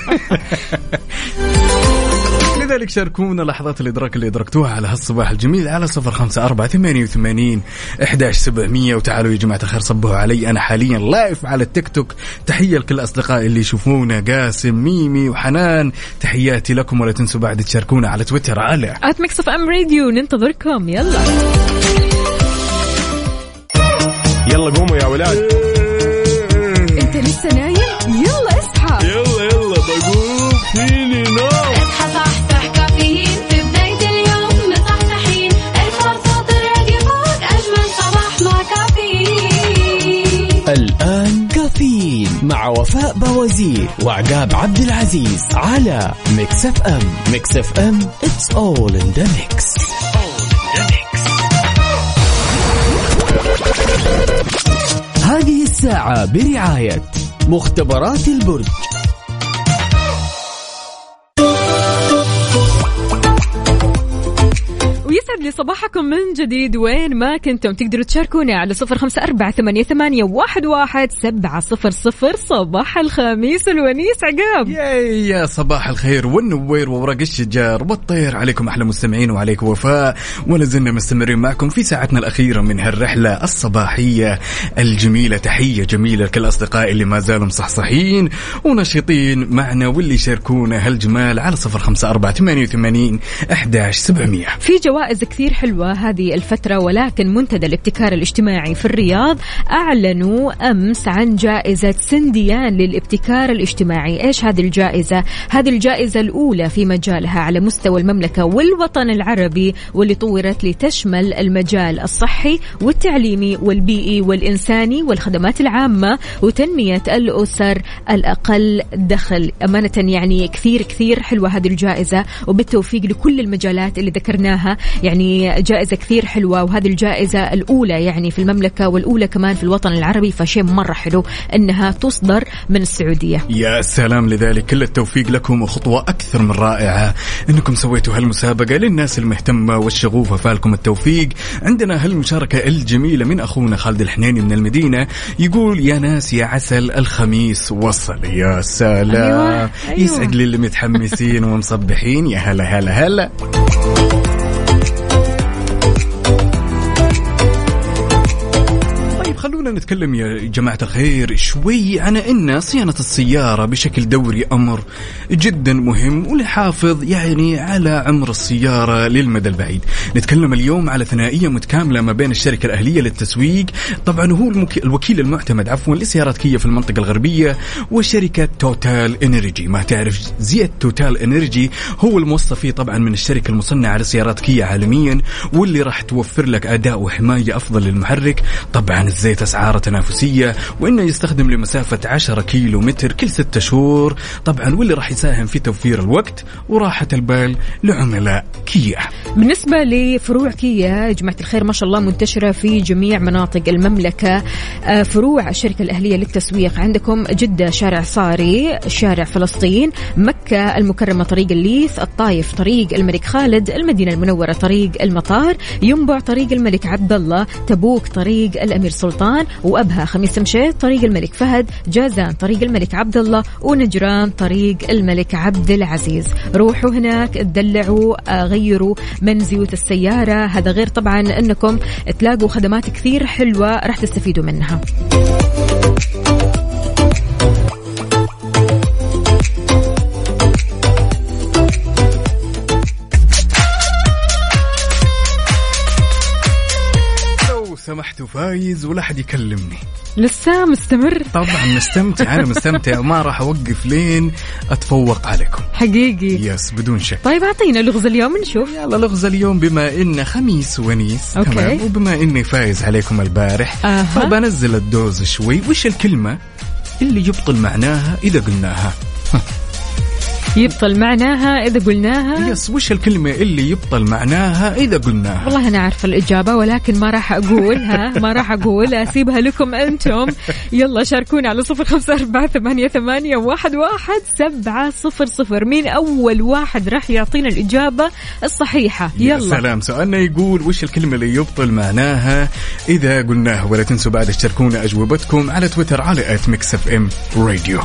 لذلك شاركونا لحظات الإدراك اللي أدركتوها على هالصباح الجميل على 0548811700. وتعالوا يا جماعة الخير صبحوا علي، أنا حاليا لايف على التيك توك. تحية لكل أصدقائي اللي يشوفونا، قاسم ميمي وحنان، تحياتي لكم. ولا تنسوا بعد تشاركونا على تويتر على @mixfmradio. ننتظركم. يلا قوموا يا ولاد. انت لسه نايم؟ يلا اصحى. يلا بقوم فيني نوم. اصحى صحصح كافيين في بداية اليوم مصحصحين. الفرصة تراقي فوق أجمل صباح مع كافيين. الآن كافيين مع وفاء بوازير وعقاب عبد العزيز على ميكس اف ام. ميكس اف ام it's all in the mix. هذه الساعة برعاية مختبرات البرج. ويسعد لي صباحكم من جديد وين ما كنتم. تقدروا تشاركونا على 0548811700. صباح الخميس الونيس عقاب. يا صباح الخير والنوير وورق الشجار والطير عليكم أحلى مستمعين وعليكم وفاء. ولازلنا مستمرين معكم في ساعتنا الأخيرة من هالرحلة الصباحية الجميلة. تحية جميلة لكل أصدقائي اللي ما زالوا مصحصحين ونشيطين معنا واللي يشاركونا هالجمال على 0548811700. في جوائز كثير حلوة هذه الفترة، ولكن منتدى الابتكار الاجتماعي في الرياض أعلنوا أمس عن جائزة سنديان للابتكار الاجتماعي. إيش هذه الجائزة؟ هذه الجائزة الأولى في مجالها على مستوى المملكة والوطن العربي، واللي طورت لتشمل المجال الصحي والتعليمي والبيئي والإنساني والخدمات العامة وتنمية الأسر الأقل دخل. أمانة يعني كثير حلوة هذه الجائزة، وبالتوفيق لكل المجالات اللي ذكرناها. يعني جائزة كثير حلوة، وهذه الجائزة الأولى يعني في المملكة والأولى كمان في الوطن العربي، فشيء مرة حلو أنها تصدر من السعودية. يا سلام، لذلك كل التوفيق لكم، وخطوة أكثر من رائعة أنكم سويتوا هالمسابقة. للناس المهتمة والشغوفة فالكم التوفيق. عندنا هالمشاركة الجميلة من أخونا خالد الحنيني من المدينة، يقول يا ناس يا عسل الخميس وصل. يا سلام. أيوة. يسعد لي اللي متحمسين ومصبحين. يا هلا. خلونا نتكلم يا جماعة الخير شوي عن أن صيانة السيارة بشكل دوري أمر جدا مهم ولحافظ يعني على عمر السيارة للمدى البعيد. نتكلم اليوم على ثنائية متكاملة ما بين الشركة الأهلية للتسويق، طبعا هو الوكيل المعتمد لسيارات كيا في المنطقة الغربية، وشركة توتال إنرجي. ما تعرف زيت توتال إنرجي هو الموصف فيه طبعا من الشركة المصنعة لسيارات كيا عالميا، واللي راح توفر لك أداء وحماية أفضل للمحرك. طبعا الزيت أسعاره تنافسية، وإنه يستخدم لمسافة 10 كيلو متر كل 6 شهور طبعا، واللي راح يساهم في توفير الوقت وراحة البال لعملاء كيا. بالنسبة لفروع كيا يا جماعة الخير ما شاء الله منتشرة في جميع مناطق المملكة. فروع الشركة الأهلية للتسويق عندكم جدة شارع صاري، شارع فلسطين، مكة المكرمة طريق الليث، الطايف طريق الملك خالد، المدينة المنورة طريق المطار، ينبع طريق الملك عبد الله، تبوك طريق الأمير سلطان، وأبها خميس مشيط طريق الملك فهد، جازان طريق الملك عبد الله، ونجران طريق الملك عبد العزيز. روحوا هناك تدلعوا، غيروا من زيوت السيارة. هذا غير طبعا أنكم تلاقوا خدمات كثير حلوة راح تستفيدوا منها. سمحتوا فايز ولا حد يكلمني. لسه مستمر؟ طبعا مستمتع، أنا مستمتع وما راح أوقف لين أتفوق عليكم حقيقي. يس بدون شك. طيب أعطينا لغز اليوم نشوف. يلا لغز اليوم، بما إنه خميس ونيس تمام، وبما إني فايز عليكم البارح فبنزل الدوز شوي. وش الكلمة اللي يبطل معناها إذا قلناها؟ يبطل معناها إذا قلناها؟ يس، وش الكلمة اللي يبطل معناها إذا قلناها؟ والله أنا عارفة الإجابة ولكن ما راح أقولها، ما راح أقولها، أسيبها لكم أنتم. يلا شاركونا على 0548811700. مين أول واحد راح يعطينا الإجابة الصحيحة؟ يلا سلام. سؤالنا يقول وش الكلمة اللي يبطل معناها إذا قلناها؟ ولا تنسوا بعد تشاركونا أجوبتكم على تويتر على @mixfmradio.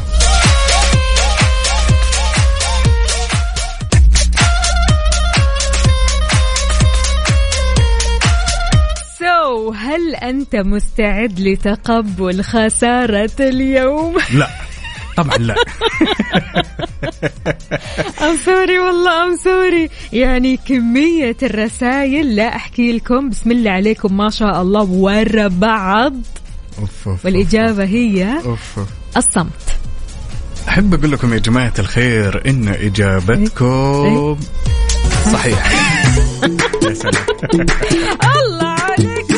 هل أنت مستعد لتقبل خسارة اليوم؟ لا طبعا لا. I'm sorry والله I'm sorry. يعني كمية الرسائل لا أحكي لكم. بسم الله عليكم ما شاء الله ورا بعض. والإجابة هي الصمت. أحب أقول لكم يا جماعة الخير إن إجابتكم صحيح. يا سلام. الله عليكم.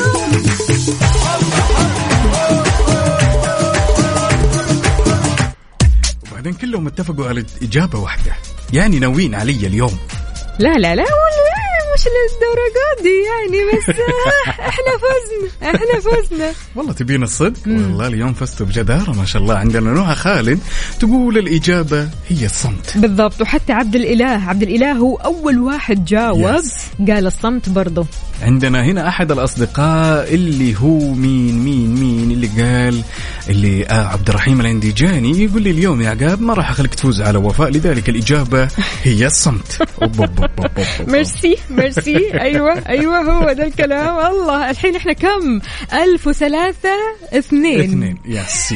وبعدين كلهم اتفقوا على إجابة واحدة، يعني ناويين علي اليوم. لا لا لا مش للدرجات دي يعني، بس احنا فزنا. والله تبين الصدق؟ والله اليوم فزتوا بجدارة ما شاء الله. عندنا نوها خالد تقول الإجابة هي الصمت. بالضبط. وحتى عبد الإله هو أول واحد جاوب قال الصمت برضو. عندنا هنا أحد الأصدقاء اللي هو مين اللي قال اللي عبد الرحيم الانديجاني يقول لي اليوم يا عقاب ما راح أخليك تفوز على وفاء، لذلك الإجابة هي الصمت. ميرسي. أيوة هو ده الكلام. الله الحين إحنا كم 1003-2. يس.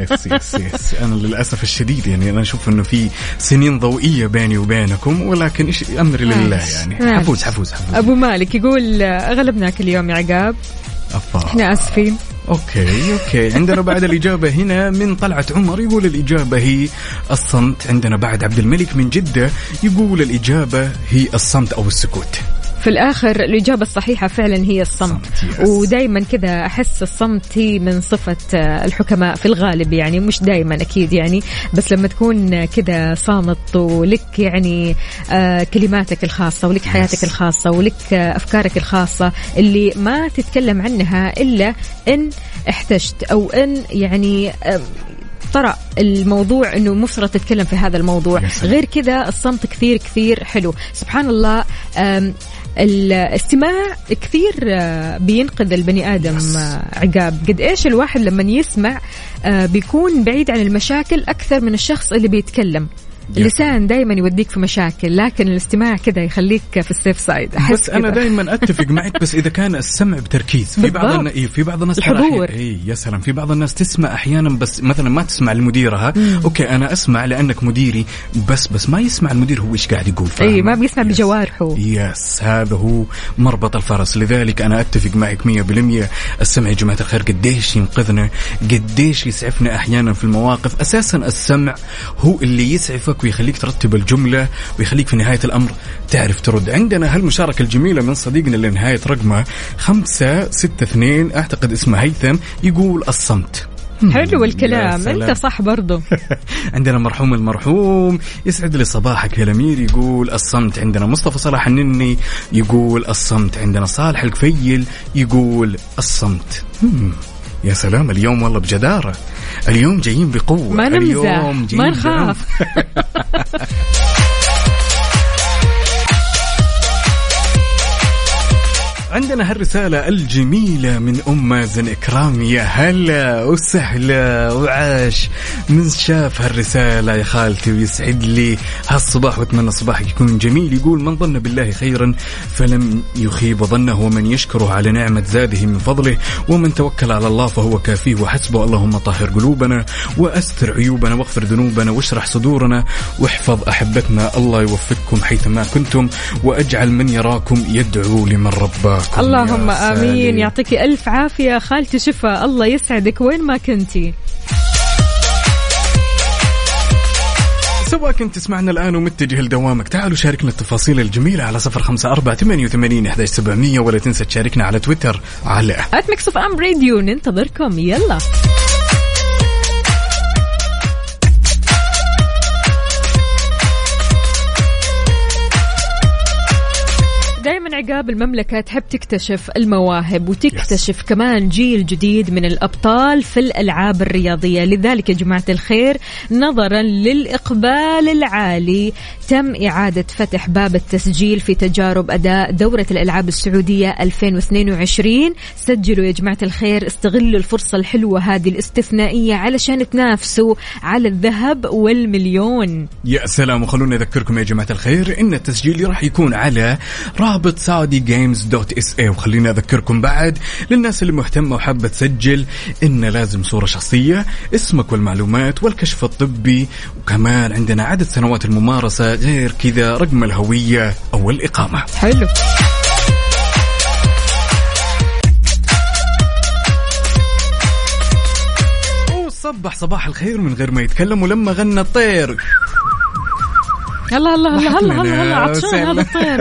أنا للأسف الشديد يعني أنا أشوف إنه في سنين ضوئية بيني وبينكم، ولكن إيش أمري لله يعني. حفوز. أبو مالك يقول أغلبناك اليوم يا عقاب، إحنا آسفين. أوكي. عندنا بعد الإجابة هنا من طلعة عمر يقول الإجابة هي الصمت. عندنا بعد عبد الملك من جدة يقول الإجابة هي الصمت أو السكوت. في الآخر الإجابة الصحيحة فعلا هي الصمت. ودايما كذا أحس الصمت هي من صفة الحكماء في الغالب، يعني مش دايما أكيد يعني، بس لما تكون كذا صامت ولك يعني كلماتك الخاصة ولك حياتك الخاصة ولك أفكارك الخاصة اللي ما تتكلم عنها إلا إن احتجت أو إن يعني طرأ الموضوع أنه مفترض تتكلم في هذا الموضوع. غير كذا الصمت كثير حلو. سبحان الله الاستماع كثير بينقذ البني آدم. عقاب قد إيش الواحد لما يسمع بيكون بعيد عن المشاكل أكثر من الشخص اللي بيتكلم. اللسان دايما يوديك في مشاكل، لكن الاستماع كده يخليك في السيف سايد. بس أنا دايما أتفق معك، بس إذا كان السمع بتركيز. في بعض الناس الحضور. يا سلام. في بعض الناس تسمع أحيانا بس مثلا ما تسمع لمديرها. أوكي أنا أسمع لأنك مديري، بس ما يسمع المدير هو إيش قاعد يقول. ما بيسمع بجوارحه. هذا هو مربط الفرس. لذلك أنا أتفق معك 100%. السمع يا جماعة الخير قديش ينقذنا، قديش يسعفنا أحيانا في المواقف. أساسا السمع هو اللي يسعفك ويخليك ترتب الجملة ويخليك في نهاية الأمر تعرف ترد. عندنا هالمشاركة الجميلة من صديقنا اللي نهاية رقمه 562 أعتقد اسمه هيثم يقول الصمت. حلو الكلام. أنت صح برضو. عندنا مرحوم المرحوم يسعد لي صباحك يا الأمير يقول الصمت. عندنا مصطفى صلاح النني يقول الصمت. عندنا صالح الكفيل يقول الصمت. يا سلام اليوم والله بجدارة. اليوم جايين بقوة. ما نمزح ما نخاف. عندنا هالرسالة الجميلة من أم مازن إكرام. يا هلا وسهلا وعاش من شاف هالرسالة يا خالتي، ويسعد لي هالصباح واتمنى صباحك يكون جميل. يقول من ظن بالله خيرا فلم يخيب ظنه، ومن يشكره على نعمة زاده من فضله، ومن توكل على الله فهو كافيه وحسبه. اللهم طهر قلوبنا وأستر عيوبنا واغفر ذنوبنا واشرح صدورنا واحفظ أحبتنا. الله يوفقكم حيثما كنتم، وأجعل من يراكم يدعو لمن رباكم. وياكم. اللهم آمين. يعطيك ألف عافية خالتي شفا، الله يسعدك وين ما كنتي. سواء كنت تسمعنا الآن ومتجه لدوامك، تعالوا شاركنا التفاصيل الجميلة على 0548811700، ولا تنسى تشاركنا على تويتر على @mixfm_radio. ننتظركم. يلا دائما عقاب المملكة تحب تكتشف المواهب وتكتشف كمان جيل جديد من الأبطال في الألعاب الرياضية. لذلك يا جماعة الخير، نظرا للإقبال العالي تم إعادة فتح باب التسجيل في تجارب أداء دورة الألعاب السعودية 2022. سجلوا يا جماعة الخير، استغلوا الفرصة الحلوة هذه الاستثنائية علشان تنافسوا على الذهب والمليون. يا سلام. وخلونا نذكركم يا جماعة الخير إن التسجيل راح يكون على رابط saudigames.sa. وخلينا أذكركم بعد للناس اللي مهتمة وحابة تسجل إن لازم صورة شخصية، اسمك والمعلومات والكشف الطبي، وكمان عندنا عدد سنوات الممارسة، غير كذا رقم الهوية أو الإقامة. حلو. وصبح صباح الخير من غير ما يتكلم، ولما غنى الطير الله الله الله الله الله عطشان هذا الطير.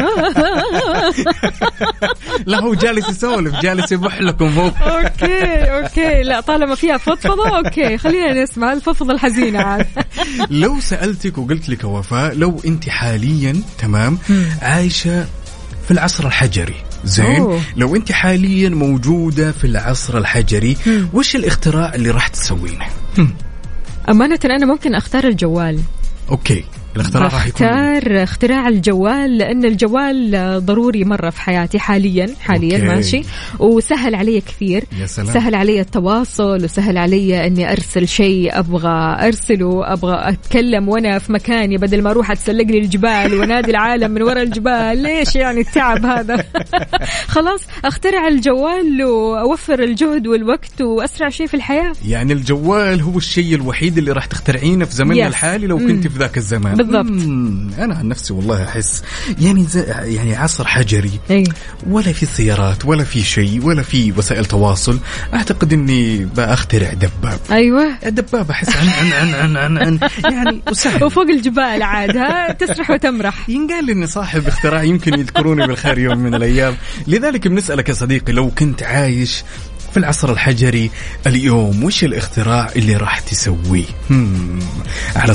لا هو جالس يسولف، جالس يبح لكم هو. اوكي لا طالما فيها فضفضة اوكي خلينا نسمع الفضفضة الحزينة عاد. لو سألتك وقلت لك وفاء، لو انت حاليا تمام عايشة في العصر الحجري، زين، لو انت حاليا موجودة في العصر الحجري، وش الاختراع اللي راح تسوينه؟ أمانة أنا ممكن أختار الجوال. اوكي، الاختراع راح يكون اختراع الجوال، لأن الجوال ضروري مرة في حياتي حاليا ماشي، وسهل علي كثير. سهل علي التواصل، وسهل علي أني أرسل شيء أبغى أرسله، أبغى أتكلم وأنا في مكاني بدل ما أروح أتسلق لي الجبال ونادي العالم من وراء الجبال. ليش يعني التعب هذا؟ خلاص أخترع الجوال وأوفر الجهد والوقت وأسرع شيء في الحياة. يعني الجوال هو الشيء الوحيد اللي راح تخترعينه في زمننا الحالي لو كنت في ذاك الزمان. بالضبط. أنا عن نفسي والله أحس يعني عصر حجري، ولا في سيارات ولا في شيء ولا في وسائل تواصل. أعتقد إني بأخترع دباب. أيوة الدباب أحس عن يعني وسهل، وفوق الجبال عاد تسرح وتمرح. ينقال لي إني صاحب اختراع يمكن يذكروني بالخير يوم من الأيام. لذلك بنسألك يا صديقي، لو كنت عايش في العصر الحجري اليوم، وش الاختراع اللي راح تسويه؟ على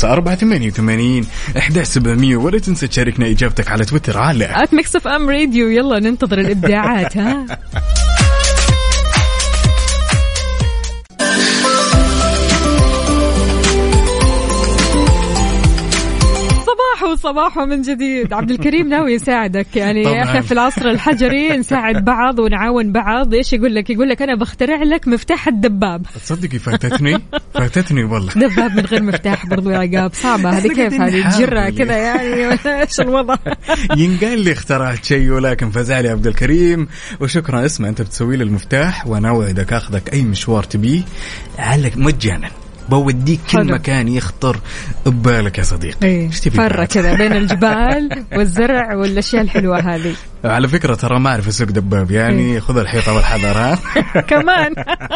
0548811700، ولا تنسى تشاركنا إجابتك على تويتر على @mixfm_radio. يلا ننتظر الإبداعات. صباحه من جديد. عبد الكريم ناوي يساعدك، يعني طبعاً. احنا في العصر الحجري نساعد بعض ونعاون بعض. ايش يقول لك انا بخترع لك مفتاح الدباب. تصدقي فاتتني والله. دباب من غير مفتاح برضو يا عقاب، صعبة هذه. كيف هذه تجرة كذا يعني؟ ايش الوضع؟ ينقال لي اخترعت شيء، ولكن فزع لي عبد الكريم. وشكرا. اسمع، انت بتسوي لي المفتاح وانا اوعدك اخذك اي مشوار تبيه على مجانا، بوديك كل مكان يخطر ببالك يا صديقي. فرة كذا بين الجبال والزرع والأشياء الحلوة هذه. على فكرة ترى ما أعرف أسوق دباب، يعني خذ الحيطة والحذر كمان.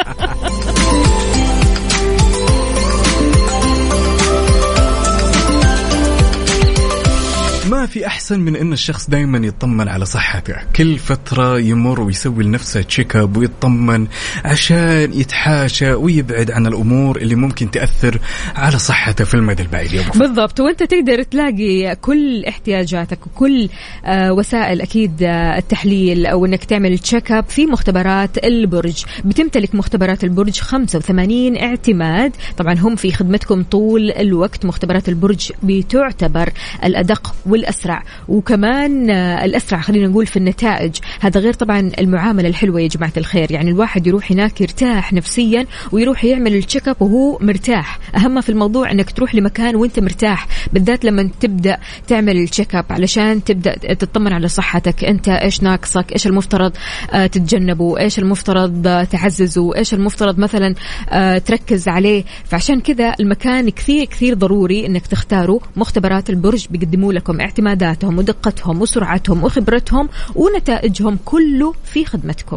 ما في أحسن من إن الشخص دايما يطمن على صحته، كل فترة يمر ويسوي لنفسه تشيك اب ويطمن عشان يتحاشى ويبعد عن الأمور اللي ممكن تأثر على صحته في المدى البعيد. بالضبط. وانت تقدر تلاقي كل احتياجاتك وكل وسائل أكيد التحليل أو إنك تعمل تشيك اب في مختبرات البرج. بتمتلك مختبرات البرج 85 اعتماد، طبعا هم في خدمتكم طول الوقت. مختبرات البرج بتعتبر الأدق والأسرع، وكمان الأسرع خلينا نقول في النتائج. هذا غير طبعا المعاملة الحلوة يا جماعة الخير، يعني الواحد يروح هناك يرتاح نفسيا ويروح يعمل التشيك اب وهو مرتاح. أهم في الموضوع أنك تروح لمكان وانت مرتاح، بالذات لما تبدأ تعمل التشيك اب علشان تبدأ تطمن على صحتك. انت ايش ناقصك، ايش المفترض تتجنبه، ايش المفترض تعززه، ايش المفترض مثلا تركز عليه. فعشان كذا المكان كثير ضروري انك تختاروا. مختبرات البرج بيقدموا لكم اعتماد اعتماداتهم ودقتهم وسرعتهم وخبرتهم ونتائجهم كله في خدمتكم.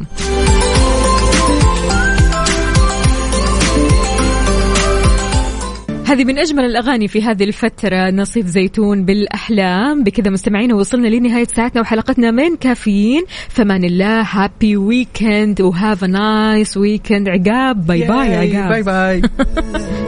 هذه من أجمل الأغاني في هذه الفترة، نصيف زيتون بالأحلام. بكذا مستمعين وصلنا لنهاية ساعتنا وحلقتنا من كافيين. فمان الله، هابي ويكند وهاف نايس ويكند. عقاب باي باي. عقاب باي باي.